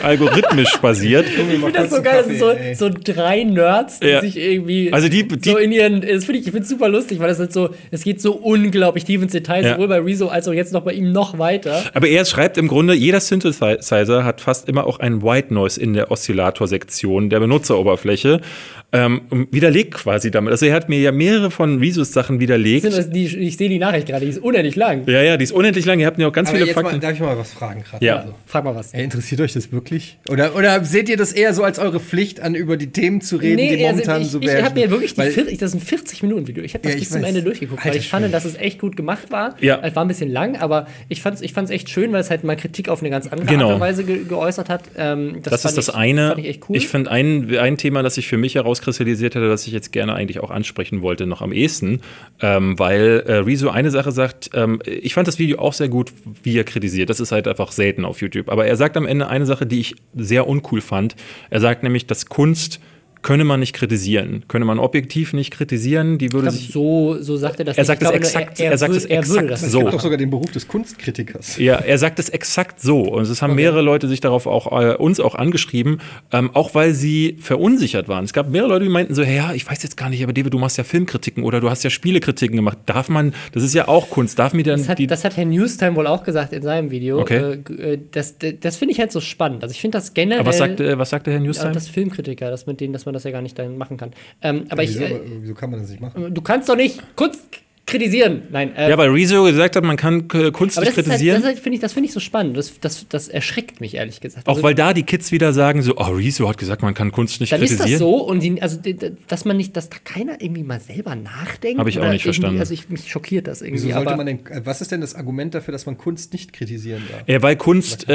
basiert. Ich finde das so geil, das sind so drei Nerds, die sich irgendwie so in ihren, ich finde es super lustig, weil es geht so unglaublich tief ins Detail, sowohl bei Rezo als auch jetzt noch bei ihm noch weiter. Aber er schreibt im Grunde, jeder Synthesizer hat fast immer auch einen White Noise in der Oszillatorsektion der Benutzeroberfläche. Widerlegt quasi damit. Also er hat mir ja mehrere von Rezos Sachen widerlegt. Ich sehe die Nachricht gerade, die ist unendlich lang. Ja, die ist unendlich lang. Ihr habt mir auch ganz viele Fakten. Darf ich mal was fragen gerade? Ja. Also, frag mal was. Interessiert euch das wirklich? Oder seht ihr das eher so als eure Pflicht an, über die Themen zu reden, die momentan so werden? Ich habe mir wirklich das ist ein 40-Minuten-Video. Ich habe das bis zum Ende durchgeguckt, weil ich fand, dass es echt gut gemacht war. Ja. Es war ein bisschen lang, aber ich fand's echt schön, weil es halt mal Kritik auf eine ganz andere Art und Weise geäußert hat. Das ist das eine. Fand ich echt cool. Ich finde ein Thema, das sich für mich herauskristallisiert hatte, das ich jetzt gerne eigentlich auch ansprechen wollte, noch am ehesten, weil Rezo eine Sache sagt, ich fand das Video auch sehr gut, wie er kritisiert. Das ist halt einfach selten auf YouTube. Aber er sagt am Ende eine Sache, die ich sehr uncool fand. Er sagt nämlich, dass Kunst könne man nicht kritisieren. Könne man objektiv nicht kritisieren. Die würde sich. So sagt er das. Er sagt es exakt so. Es gibt doch sogar den Beruf des Kunstkritikers. Ja, er sagt es exakt so. Und es haben mehrere Leute sich darauf uns auch angeschrieben, auch weil sie verunsichert waren. Es gab mehrere Leute, die meinten so, ja, ich weiß jetzt gar nicht, aber David, du machst ja Filmkritiken oder du hast ja Spielekritiken gemacht. Darf man, das ist ja auch Kunst, darf mir dann. Das hat Herr Newstime wohl auch gesagt in seinem Video. Okay. Das finde ich halt so spannend. Also ich finde das generell. Aber was sagte Herr Newstime? Das Filmkritiker, dass man das ja gar nicht dann machen kann. Wieso kann man das nicht machen? Du kannst doch nicht Kunst kritisieren. Nein. Ja, weil Rezo gesagt hat, man kann Kunst nicht kritisieren. Das finde ich so spannend. Das erschreckt mich, ehrlich gesagt. Auch weil da die Kids wieder sagen so, Rezo hat gesagt, man kann Kunst nicht kritisieren. Dann ist das so und dass da keiner irgendwie mal selber nachdenkt. Habe ich auch nicht verstanden. Also mich schockiert das irgendwie. Wieso sollte man denn, was ist denn das Argument dafür, dass man Kunst nicht kritisieren darf? Ja, weil Kunst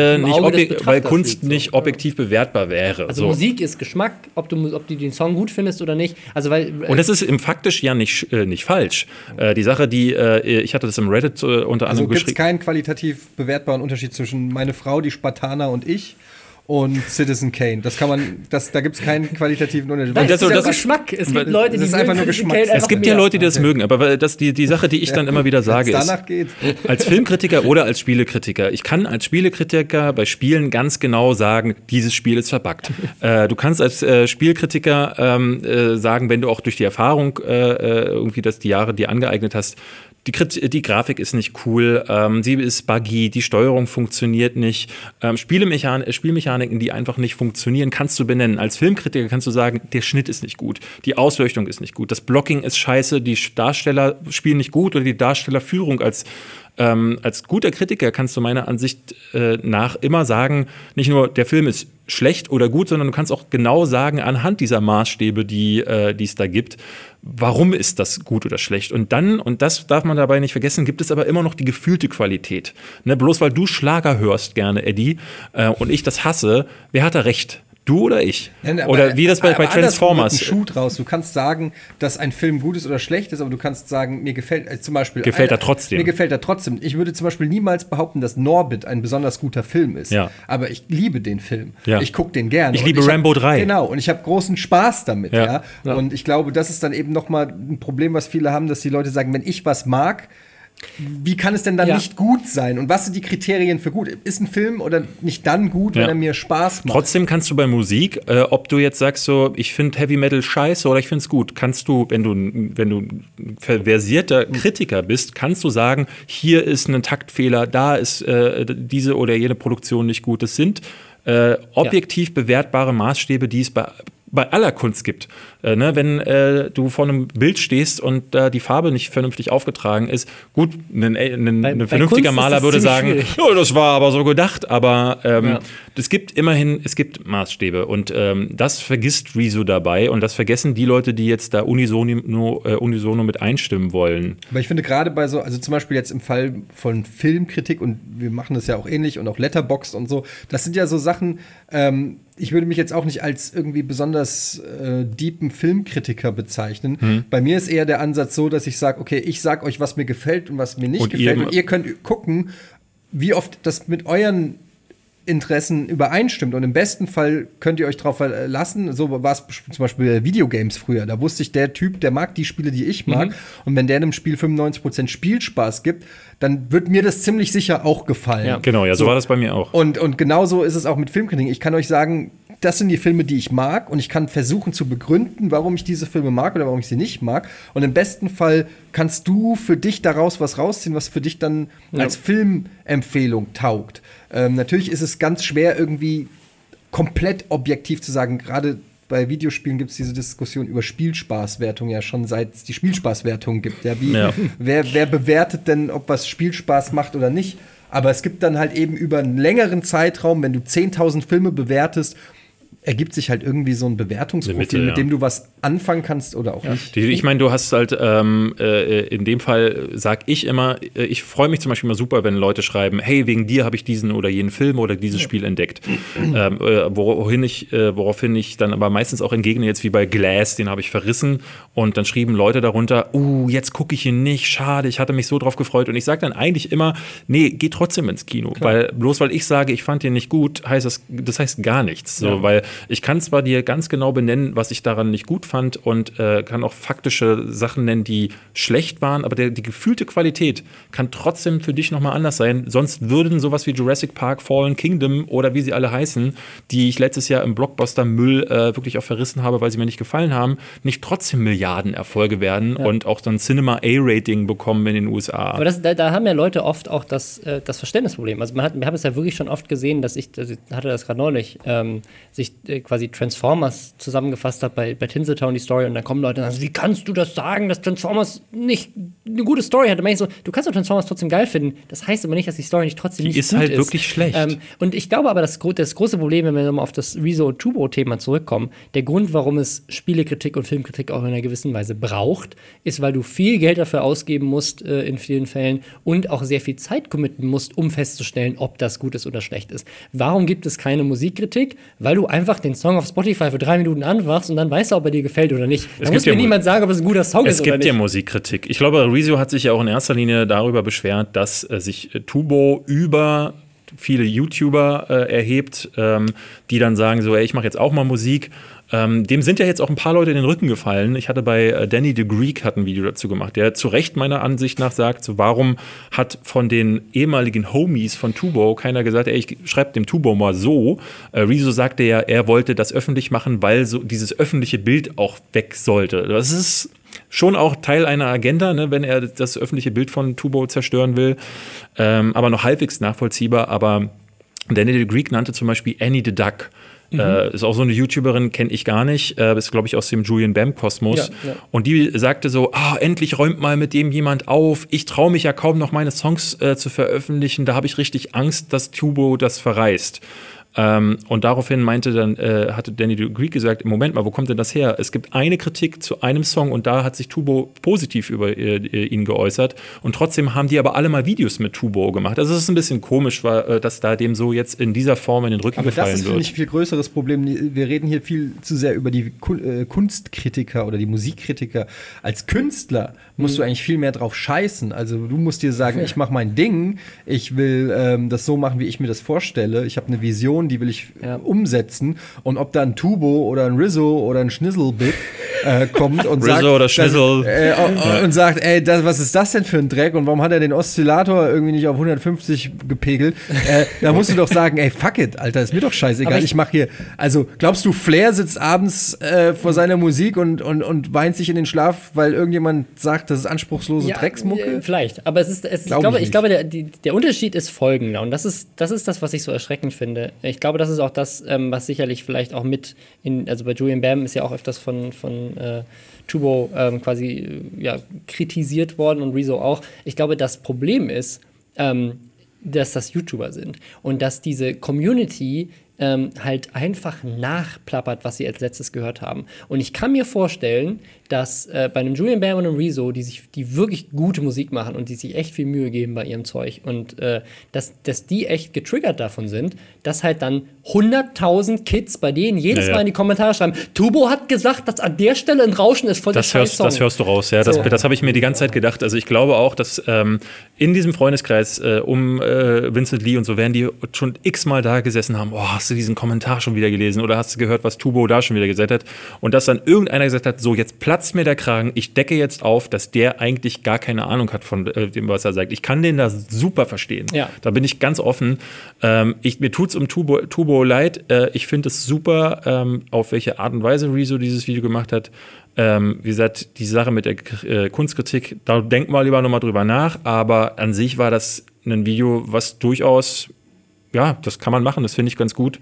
nicht objektiv bewertbar wäre. Also Musik ist Geschmack, ob du den Song gut findest oder nicht. Also und das ist im faktisch ja nicht falsch. Die Sache, ich hatte das im Reddit unter anderem geschrieben. Also gibt es keinen qualitativ bewertbaren Unterschied zwischen meine Frau, die Spartaner und ich und Citizen Kane. Da gibt es keinen qualitativen Unterschied. Nein, das ist Geschmack. Es gibt Leute, die einfach nur Geschmack. Es gibt ja Leute, die das mögen, aber die Sache, die ich dann immer wieder sage, ist, als Filmkritiker oder als Spielekritiker, ich kann als Spielekritiker bei Spielen ganz genau sagen, dieses Spiel ist verbuggt. Du kannst als Spielkritiker sagen, wenn du auch durch die Erfahrung irgendwie die Jahre dir angeeignet hast, die Grafik ist nicht cool, sie ist buggy, die Steuerung funktioniert nicht. Spielmechaniken, die einfach nicht funktionieren, kannst du benennen. Als Filmkritiker kannst du sagen, der Schnitt ist nicht gut, die Ausleuchtung ist nicht gut, das Blocking ist scheiße, die Darsteller spielen nicht gut oder die Darstellerführung als guter Kritiker kannst du meiner Ansicht nach immer sagen, nicht nur der Film ist schlecht oder gut, sondern du kannst auch genau sagen, anhand dieser Maßstäbe, die es da gibt, warum ist das gut oder schlecht. Und das darf man dabei nicht vergessen, gibt es aber immer noch die gefühlte Qualität. Ne? Bloß weil du Schlager hörst gerne, Eddie, und ich das hasse, wer hat da recht? Du oder ich? Ja, oder wie das bei Transformers. Schuh draus. Du kannst sagen, dass ein Film gut ist oder schlecht ist, aber du kannst sagen, mir gefällt zum Beispiel. Gefällt er trotzdem. Mir gefällt er trotzdem. Ich würde zum Beispiel niemals behaupten, dass Norbit ein besonders guter Film ist. Ja. Aber ich liebe den Film. Ja. Ich gucke den gerne. Ich liebe Rambo 3. Genau. Und ich habe großen Spaß damit. Ja. Ja? Und ich glaube, das ist dann eben noch mal ein Problem, was viele haben, dass die Leute sagen, wenn ich was mag, wie kann es denn dann nicht gut sein? Und was sind die Kriterien für gut? Ist ein Film oder nicht dann gut, wenn er mir Spaß macht? Trotzdem kannst du bei Musik, ob du jetzt sagst so, ich finde Heavy Metal scheiße oder ich finde es gut, kannst du, wenn du versierter Kritiker bist, kannst du sagen, hier ist ein Taktfehler, da ist diese oder jene Produktion nicht gut. Das sind objektiv bewertbare Maßstäbe, die es bei aller Kunst gibt. Wenn du vor einem Bild stehst und die Farbe nicht vernünftig aufgetragen ist, gut, ein vernünftiger Maler würde sagen, oh, das war aber so gedacht, aber es gibt Maßstäbe und das vergisst Rezo dabei und das vergessen die Leute, die jetzt da unisono mit einstimmen wollen. Aber ich finde gerade bei also zum Beispiel jetzt im Fall von Filmkritik und wir machen das ja auch ähnlich und auch Letterboxd und so, das sind ja so Sachen, ich würde mich jetzt auch nicht als irgendwie besonders deepen Filmkritiker bezeichnen. Bei mir ist eher der Ansatz so, dass ich sage, okay, ich sag euch, was mir gefällt und was mir nicht gefällt. Und ihr könnt gucken, wie oft das mit euren Interessen übereinstimmt. Und im besten Fall könnt ihr euch darauf verlassen. So war es zum Beispiel Videogames früher. Da wusste ich, der Typ, der mag die Spiele, die ich mag. Und wenn der einem Spiel 95% Spielspaß gibt, dann wird mir das ziemlich sicher auch gefallen. Ja, genau, so war das bei mir auch. Und genauso ist es auch mit Filmkritiken. Ich kann euch sagen, das sind die Filme, die ich mag und ich kann versuchen zu begründen, warum ich diese Filme mag oder warum ich sie nicht mag. Und im besten Fall kannst du für dich daraus was rausziehen, was für dich dann als Filmempfehlung taugt. Natürlich ist es ganz schwer, irgendwie komplett objektiv zu sagen, gerade bei Videospielen gibt es diese Diskussion über Spielspaßwertung ja schon seit es die Spielspaßwertung gibt. Ja, wer bewertet denn, ob was Spielspaß macht oder nicht? Aber es gibt dann halt eben über einen längeren Zeitraum, wenn du 10.000 Filme bewertest, ergibt sich halt irgendwie so ein Bewertungsprofil, mit dem du was anfangen kannst oder auch nicht. Ich meine, du hast halt in dem Fall, sag ich immer, ich freue mich zum Beispiel immer super, wenn Leute schreiben, hey, wegen dir habe ich diesen oder jenen Film oder dieses Spiel entdeckt. Woraufhin ich dann aber meistens auch entgegne, jetzt wie bei Glass, den habe ich verrissen und dann schrieben Leute darunter, jetzt gucke ich ihn nicht, schade, ich hatte mich so drauf gefreut und ich sage dann eigentlich immer, nee, geh trotzdem ins Kino, weil ich sage, ich fand den nicht gut, das heißt gar nichts, so, weil ich kann zwar dir ganz genau benennen, was ich daran nicht gut fand und kann auch faktische Sachen nennen, die schlecht waren, aber die gefühlte Qualität kann trotzdem für dich nochmal anders sein. Sonst würden sowas wie Jurassic Park, Fallen Kingdom oder wie sie alle heißen, die ich letztes Jahr im Blockbuster-Müll wirklich auch verrissen habe, weil sie mir nicht gefallen haben, nicht trotzdem Milliardenerfolge werden und auch so ein Cinema A-Rating bekommen in den USA. Aber da haben ja Leute oft auch das Verständnisproblem. Also wir haben es ja wirklich schon oft gesehen, dass ich hatte das gerade neulich, sich quasi Transformers zusammengefasst hat bei Tinseltown, die Story, und dann kommen Leute und sagen, wie kannst du das sagen, dass Transformers nicht eine gute Story hat? Und dann so, du kannst doch Transformers trotzdem geil finden, das heißt aber nicht, dass die Story nicht trotzdem nicht gut ist. Die ist halt wirklich schlecht. Und ich glaube aber, das große Problem, wenn wir nochmal auf das Rezo und Tubo-Thema zurückkommen, der Grund, warum es Spielekritik und Filmkritik auch in einer gewissen Weise braucht, ist, weil du viel Geld dafür ausgeben musst in vielen Fällen und auch sehr viel Zeit committen musst, um festzustellen, ob das gut ist oder schlecht ist. Warum gibt es keine Musikkritik? Weil du einfach den Song auf Spotify für 3 Minuten anmachst und dann weißt du, ob er dir gefällt oder nicht. Da muss mir niemand sagen, ob es ein guter Song ist oder nicht. Es gibt ja Musikkritik. Ich glaube, Rezo hat sich ja auch in erster Linie darüber beschwert, dass sich Tubo über viele YouTuber erhebt, die dann sagen so, ey, ich mache jetzt auch mal Musik. Dem sind ja jetzt auch ein paar Leute in den Rücken gefallen. Ich hatte bei Danny the Greek ein Video dazu gemacht, der zu Recht meiner Ansicht nach sagt, so, warum hat von den ehemaligen Homies von Tubo keiner gesagt, ey, ich schreibe dem Tubo mal so. Rezo sagte ja, er wollte das öffentlich machen, weil so dieses öffentliche Bild auch weg sollte. Das ist schon auch Teil einer Agenda, ne, wenn er das öffentliche Bild von Tubo zerstören will. Aber noch halbwegs nachvollziehbar. Aber Danny the Greek nannte zum Beispiel Annie the Duck. Ist auch so eine YouTuberin, kenne ich gar nicht, ist, glaube ich, aus dem Julian Bam-Kosmos. Ja. Und die sagte so, endlich räumt mal mit dem jemand auf. Ich traue mich ja kaum noch meine Songs zu veröffentlichen. Da habe ich richtig Angst, dass Tubo das verreißt. Und daraufhin hatte Danny the Greek gesagt, im Moment mal, wo kommt denn das her? Es gibt eine Kritik zu einem Song und da hat sich Tubo positiv über ihn geäußert und trotzdem haben die aber alle mal Videos mit Tubo gemacht. Also es ist ein bisschen komisch, dass da dem so jetzt in dieser Form in den Rücken gefallen wird. Aber das ist, finde ich, ein viel größeres Problem. Wir reden hier viel zu sehr über die Kunstkritiker oder die Musikkritiker. Als Künstler musst du eigentlich viel mehr drauf scheißen. Also du musst dir sagen, ich mache mein Ding, ich will das so machen, wie ich mir das vorstelle. Ich habe eine Vision, die will ich umsetzen. Und ob da ein Tubo oder ein Rizzo oder ein Schnizzle-Bit kommt und sagt, Rizzo oder Schnizzle. Und sagt, ey, was ist das denn für ein Dreck? Und warum hat er den Oszillator irgendwie nicht auf 150 gepegelt? Da musst du doch sagen, ey, fuck it, Alter, ist mir doch scheißegal. Ich mache hier, also glaubst du, Flair sitzt abends vor seiner Musik und weint sich in den Schlaf, weil irgendjemand sagt, das ist anspruchslose Drecksmucke? Vielleicht, aber ich glaube, der Unterschied ist folgender. Und das ist das, was ich so erschreckend finde. Ich glaube, das ist auch das, was sicherlich vielleicht auch also bei Julian Bam ist ja auch öfters von Tubo quasi kritisiert worden und Rezo auch. Ich glaube, das Problem ist, dass das YouTuber sind und dass diese Community halt einfach nachplappert, was sie als letztes gehört haben. Und ich kann mir vorstellen, dass bei einem Julian Bam und einem Rezo, die wirklich gute Musik machen und die sich echt viel Mühe geben bei ihrem Zeug und dass die echt getriggert davon sind, dass halt dann 100.000 Kids bei denen jedes Mal in die Kommentare schreiben, Tubo hat gesagt, dass an der Stelle ein Rauschen ist voll der Scheiß-Song. Das hörst du raus, ja. Das habe ich mir die ganze Zeit gedacht. Also ich glaube auch, dass in diesem Freundeskreis um Vincent Lee und so werden die schon x-mal da gesessen haben, hast du diesen Kommentar schon wieder gelesen oder hast du gehört, was Tubo da schon wieder gesagt hat? Und dass dann irgendeiner gesagt hat, so jetzt platzt mir der Kragen, ich decke jetzt auf, dass der eigentlich gar keine Ahnung hat von dem, was er sagt. Ich kann den da super verstehen. Ja. Da bin ich ganz offen. Mir tut's um Tubo leid. Ich finde es super, auf welche Art und Weise Rezo dieses Video gemacht hat. Wie gesagt, die Sache mit der Kunstkritik, da denken wir lieber nochmal drüber nach, aber an sich war das ein Video, was durchaus, das kann man machen, das finde ich ganz gut.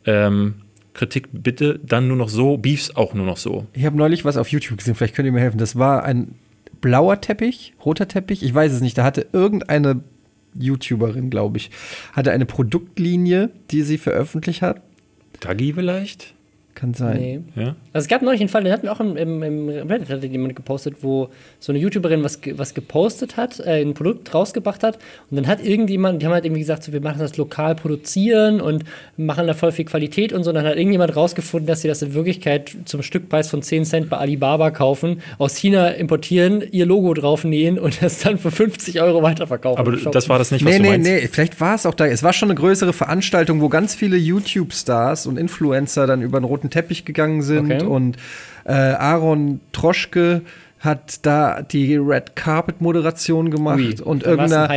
Kritik bitte dann nur noch so, Beefs auch nur noch so. Ich habe neulich was auf YouTube gesehen, vielleicht könnt ihr mir helfen. Das war ein blauer Teppich, roter Teppich, ich weiß es nicht. Da hatte irgendeine YouTuberin, glaube ich, hatte eine Produktlinie, die sie veröffentlicht hat. Dagi vielleicht? Kann sein. Nee. Ja? Also es gab neulich einen Fall, den hatten wir auch im Reddit, hat jemand gepostet, wo so eine YouTuberin was gepostet hat, ein Produkt rausgebracht hat und dann hat irgendjemand, die haben halt irgendwie gesagt, so, wir machen das lokal produzieren und machen da voll viel Qualität und so, und dann hat irgendjemand rausgefunden, dass sie das in Wirklichkeit zum Stückpreis von 10 Cent bei Alibaba kaufen, aus China importieren, ihr Logo draufnähen und das dann für 50 € weiterverkaufen. Aber das war das nicht, was du meinst? Nee, vielleicht war es auch da. Es war schon eine größere Veranstaltung, wo ganz viele YouTube-Stars und Influencer dann über den roten Teppich gegangen sind und Aaron Troschke hat da die Red Carpet Moderation gemacht und irgendeiner,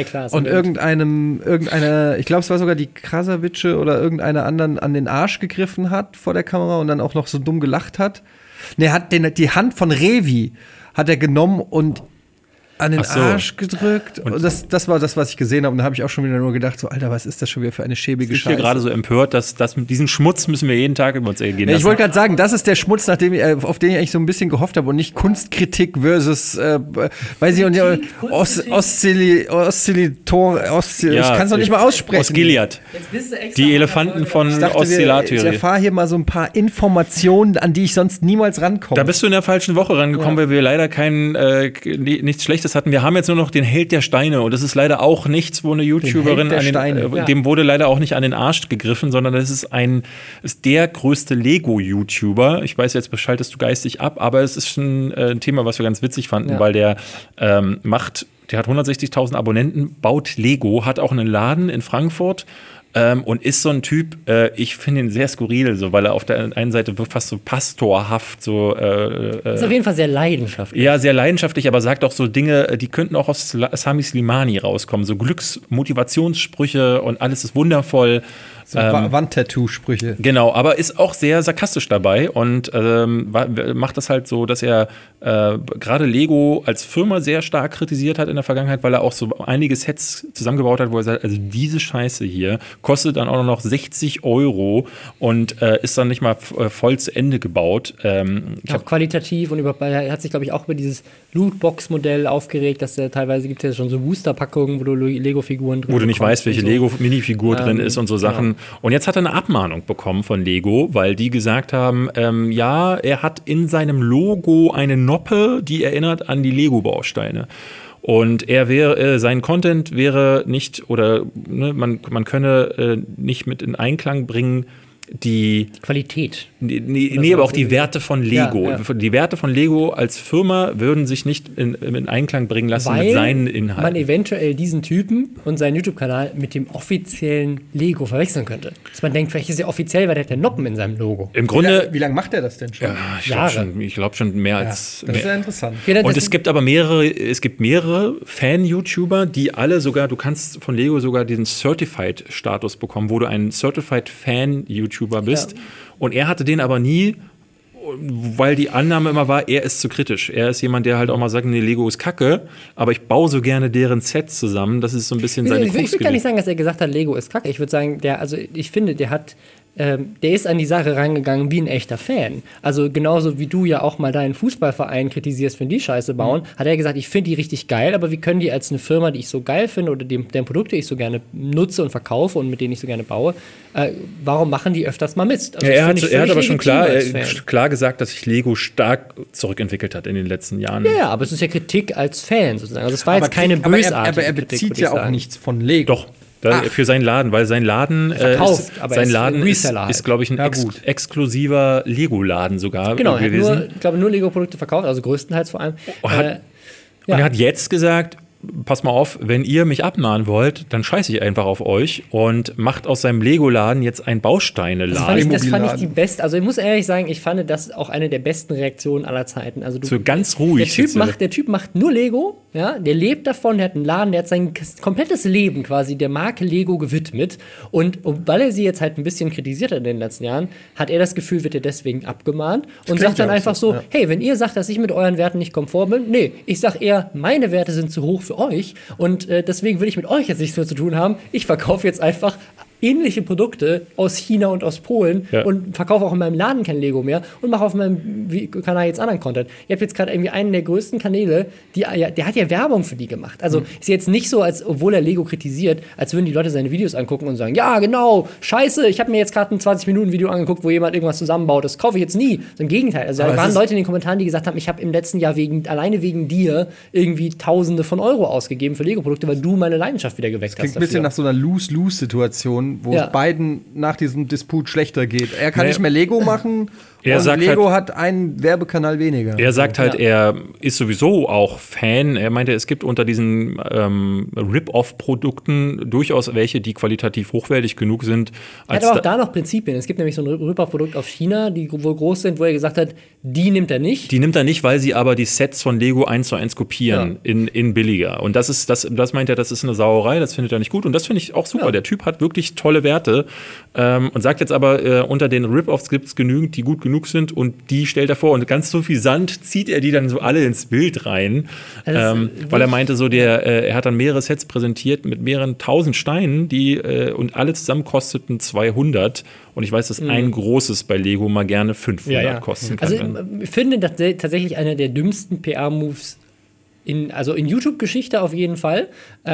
ich glaube, es war sogar die Krasavice oder irgendeiner anderen an den Arsch gegriffen hat vor der Kamera und dann auch noch so dumm gelacht hat. Nee, er hat die Hand von Revi hat er genommen und an den Arsch gedrückt. Und das war das, was ich gesehen habe. Und da habe ich auch schon wieder nur gedacht, so, Alter, was ist das schon wieder für eine schäbige Scheiße? Ich bin hier gerade so empört, dass diesen Schmutz müssen wir jeden Tag über uns ergehen lassen. Ich wollte gerade sagen, das ist der Schmutz, auf den ich eigentlich so ein bisschen gehofft habe und nicht Kunstkritik versus, weiß ich nicht, Oszillator, ich kann es noch nicht mal aussprechen. Osgiliath. Die Elefanten von Oszillator. Ich erfahre hier mal so ein paar Informationen, an die ich sonst niemals rankomme. Da bist du in der falschen Woche rangekommen, weil wir leider nichts Schlechtes hatten. Wir haben jetzt nur noch den Held der Steine und das ist leider auch nichts, wo eine YouTuberin dem wurde leider auch nicht an den Arsch gegriffen, sondern das ist der größte Lego-YouTuber. Ich weiß, jetzt schaltest du geistig ab, aber es ist ein Thema, was wir ganz witzig fanden, weil der der hat 160.000 Abonnenten, baut Lego, hat auch einen Laden in Frankfurt. Und ist so ein Typ, ich finde ihn sehr skurril, so, weil er auf der einen Seite fast so pastorhaft so. Ist auf jeden Fall sehr leidenschaftlich. Ja, sehr leidenschaftlich, aber sagt auch so Dinge, die könnten auch aus Sami Slimani rauskommen. So Motivationssprüche und alles ist wundervoll. So Wandtattoo-Sprüche. Genau, aber ist auch sehr sarkastisch dabei und macht das halt so, dass er gerade Lego als Firma sehr stark kritisiert hat in der Vergangenheit, weil er auch so einige Sets zusammengebaut hat, wo er sagt, also diese Scheiße hier kostet dann auch noch 60 € und ist dann nicht mal voll zu Ende gebaut. Auch qualitativ und er hat sich, glaube ich, auch über dieses Lootbox-Modell aufgeregt, dass teilweise gibt es ja schon so Booster-Packungen, wo du Lego-Figuren drin wo du nicht weißt, welche Lego-Minifigur drin ist und so Sachen. Genau. Und jetzt hat er eine Abmahnung bekommen von Lego, weil die gesagt haben, er hat in seinem Logo eine Noppe, die erinnert an die Lego-Bausteine. Und sein Content wäre nicht, oder man könne nicht mit in Einklang bringen, die Qualität. Nee, aber auch die Werte von Lego. Ja. Die Werte von Lego als Firma würden sich nicht in Einklang bringen lassen mit seinen Inhalten. Man eventuell diesen Typen und seinen YouTube-Kanal mit dem offiziellen Lego verwechseln könnte. Dass man denkt, vielleicht ist er offiziell, weil der hat ja Noppen in seinem Logo. Im Grunde. Wie lange macht er das denn schon? Ja, ich glaube schon mehr als. Das ist ja interessant. Und es gibt aber mehrere Fan-YouTuber, die alle sogar, du kannst von Lego sogar diesen Certified-Status bekommen, wo du ein Certified Fan-YouTuber bist. Ja. Und er hatte den aber nie, weil die Annahme immer war, er ist zu kritisch. Er ist jemand, der halt auch mal sagt, nee, Lego ist kacke, aber ich baue so gerne deren Sets zusammen. Das ist so ein bisschen seine Krux. Ich würde gar nicht sagen, dass er gesagt hat, Lego ist kacke. Ich würde sagen, der ist an die Sache rangegangen wie ein echter Fan. Also genauso wie du ja auch mal deinen Fußballverein kritisierst, wenn die Scheiße bauen, hat er gesagt, ich finde die richtig geil, aber wie können die als eine Firma, die ich so geil finde oder deren Produkte ich so gerne nutze und verkaufe und mit denen ich so gerne baue, warum machen die öfters mal Mist? Also er hat aber schon klar gesagt, dass sich Lego stark zurückentwickelt hat in den letzten Jahren. Ja, aber es ist ja Kritik als Fan sozusagen. Also es war jetzt keine bösartige Kritik. Aber er bezieht ja auch nichts von Lego. Doch. Für seinen Laden, weil sein Laden ist, glaube ich, ein exklusiver Lego-Laden sogar gewesen. Ich glaube, nur Lego-Produkte verkauft, also größtenteils vor allem. Und er hat jetzt gesagt, pass mal auf, wenn ihr mich abmahnen wollt, dann scheiße ich einfach auf euch und macht aus seinem Lego-Laden jetzt einen Bausteineladen. Das fand ich die beste, also ich muss ehrlich sagen, ich fand das auch eine der besten Reaktionen aller Zeiten. Also so ganz ruhig. Der Typ macht nur Lego, ja, der lebt davon, der hat einen Laden, der hat sein komplettes Leben quasi der Marke Lego gewidmet und weil er sie jetzt halt ein bisschen kritisiert hat in den letzten Jahren, hat er das Gefühl, wird er deswegen abgemahnt und sagt dann einfach so, hey, wenn ihr sagt, dass ich mit euren Werten nicht konform bin, nee, ich sag eher, meine Werte sind zu hoch für euch und deswegen will ich mit euch jetzt nichts mehr zu tun haben. Ich verkaufe jetzt einfach ähnliche Produkte aus China und aus Polen und verkaufe auch in meinem Laden kein Lego mehr und mache auf meinem Kanal jetzt anderen Content. Ihr habt jetzt gerade irgendwie einen der größten Kanäle, der hat ja Werbung für die gemacht. Also ist jetzt nicht so, als obwohl er Lego kritisiert, als würden die Leute seine Videos angucken und sagen, ja, genau, scheiße, ich habe mir jetzt gerade ein 20-Minuten-Video angeguckt, wo jemand irgendwas zusammenbaut, das kaufe ich jetzt nie. Also im Gegenteil. Also da waren Leute in den Kommentaren, die gesagt haben, ich habe im letzten Jahr alleine wegen dir irgendwie Tausende von Euro ausgegeben für Lego-Produkte, weil du meine Leidenschaft wieder geweckt hast. Klingt ein bisschen nach so einer Lose-Lose-Situation, wo es beiden nach diesem Disput schlechter geht. Er kann nicht mehr Lego machen. Lego hat einen Werbekanal weniger. Er sagt halt, er ist sowieso auch Fan. Er meinte, es gibt unter diesen Rip-Off-Produkten durchaus welche, die qualitativ hochwertig genug sind. Er hat aber auch da noch Prinzipien. Es gibt nämlich so ein Rip-Off-Produkt auf China, die wohl groß sind, wo er gesagt hat, die nimmt er nicht. Die nimmt er nicht, weil sie aber die Sets von Lego 1:1 kopieren in billiger. Und das meint er, das ist eine Sauerei, das findet er nicht gut. Und das finde ich auch super. Der Typ hat wirklich tolle Werte und sagt jetzt aber, unter den Rip-Offs gibt es genügend, die gut genug sind und die stellt er vor und ganz suffisant zieht er die dann so alle ins Bild rein, weil er meinte so, er hat dann mehrere Sets präsentiert mit mehreren 1000 Steinen, die und alle zusammen kosteten 200 und ich weiß, dass ein großes bei Lego mal gerne 500 kosten kann. Also ich finde das tatsächlich einer der dümmsten PR-Moves in YouTube-Geschichte auf jeden Fall.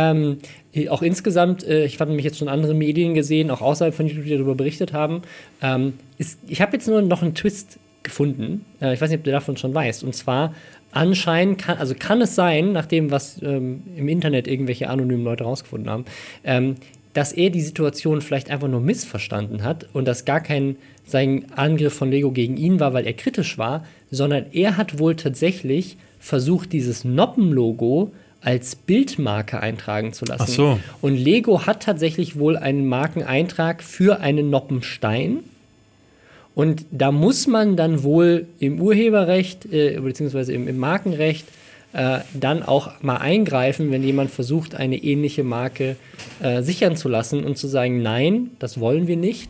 Auch insgesamt, ich habe nämlich jetzt schon andere Medien gesehen, auch außerhalb von YouTube, die darüber berichtet haben. Ich habe jetzt nur noch einen Twist gefunden. Ich weiß nicht, ob du davon schon weißt. Und zwar, anscheinend kann es sein, nach dem, was im Internet irgendwelche anonymen Leute rausgefunden haben, dass er die Situation vielleicht einfach nur missverstanden hat und dass gar kein sein Angriff von Lego gegen ihn war, weil er kritisch war, sondern er hat wohl tatsächlich versucht, dieses Noppen-Logo als Bildmarke eintragen zu lassen. Ach so. Und Lego hat tatsächlich wohl einen Markeneintrag für einen Noppenstein. Und da muss man dann wohl im Urheberrecht beziehungsweise im Markenrecht dann auch mal eingreifen, wenn jemand versucht, eine ähnliche Marke sichern zu lassen und zu sagen, nein, das wollen wir nicht,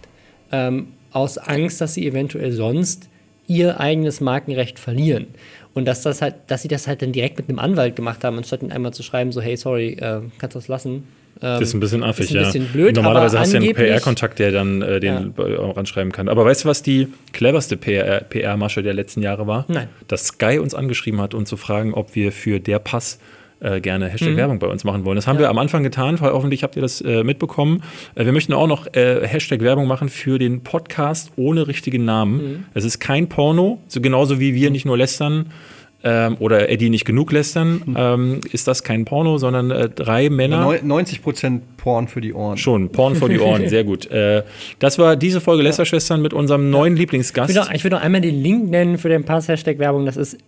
aus Angst, dass sie eventuell sonst ihr eigenes Markenrecht verlieren. Und dass sie das halt dann direkt mit einem Anwalt gemacht haben, anstatt ihn einmal zu schreiben, so, hey, sorry, kannst du das lassen? Das ist ein bisschen affig, ist ein bisschen blöd, normalerweise hast du ja einen PR-Kontakt, der dann den ranschreiben kann. Aber weißt du, was die cleverste PR-Masche der letzten Jahre war? Nein. Dass Sky uns angeschrieben hat, um zu fragen, ob wir für der Pass gerne Hashtag-Werbung bei uns machen wollen. Das haben wir am Anfang getan, weil hoffentlich habt ihr das mitbekommen. Wir möchten auch noch Hashtag-Werbung machen für den Podcast ohne richtigen Namen. Es ist kein Porno, so genauso wie wir nicht nur lästern, oder Eddie nicht genug lästern, ist das kein Porno, sondern 3 Männer. 90% Porn für die Ohren. Schon, Porn für die Ohren, sehr gut. Das war diese Folge Lästerschwestern mit unserem neuen Lieblingsgast. Ich will noch einmal den Link nennen für den Pass-Hashtag-Werbung. Das ist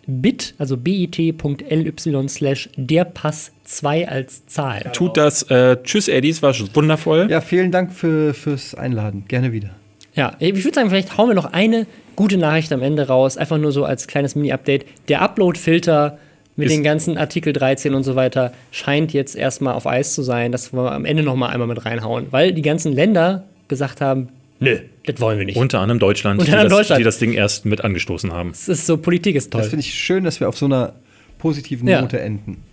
bit.ly./derpass2 als Zahl. Tut das. Tschüss, Eddie, es war wundervoll. Ja, vielen Dank fürs Einladen. Gerne wieder. Ja, ich würde sagen, vielleicht hauen wir noch eine gute Nachricht am Ende raus, einfach nur so als kleines Mini-Update. Der Upload-Filter mit den ganzen Artikel 13 und so weiter scheint jetzt erstmal auf Eis zu sein. Das wollen wir am Ende noch mal einmal mit reinhauen, weil die ganzen Länder gesagt haben, nö, das wollen wir nicht. Unter anderem Deutschland, die das Ding erst mit angestoßen haben. Das ist so, Politik ist toll. Das finde ich schön, dass wir auf so einer positiven Note enden.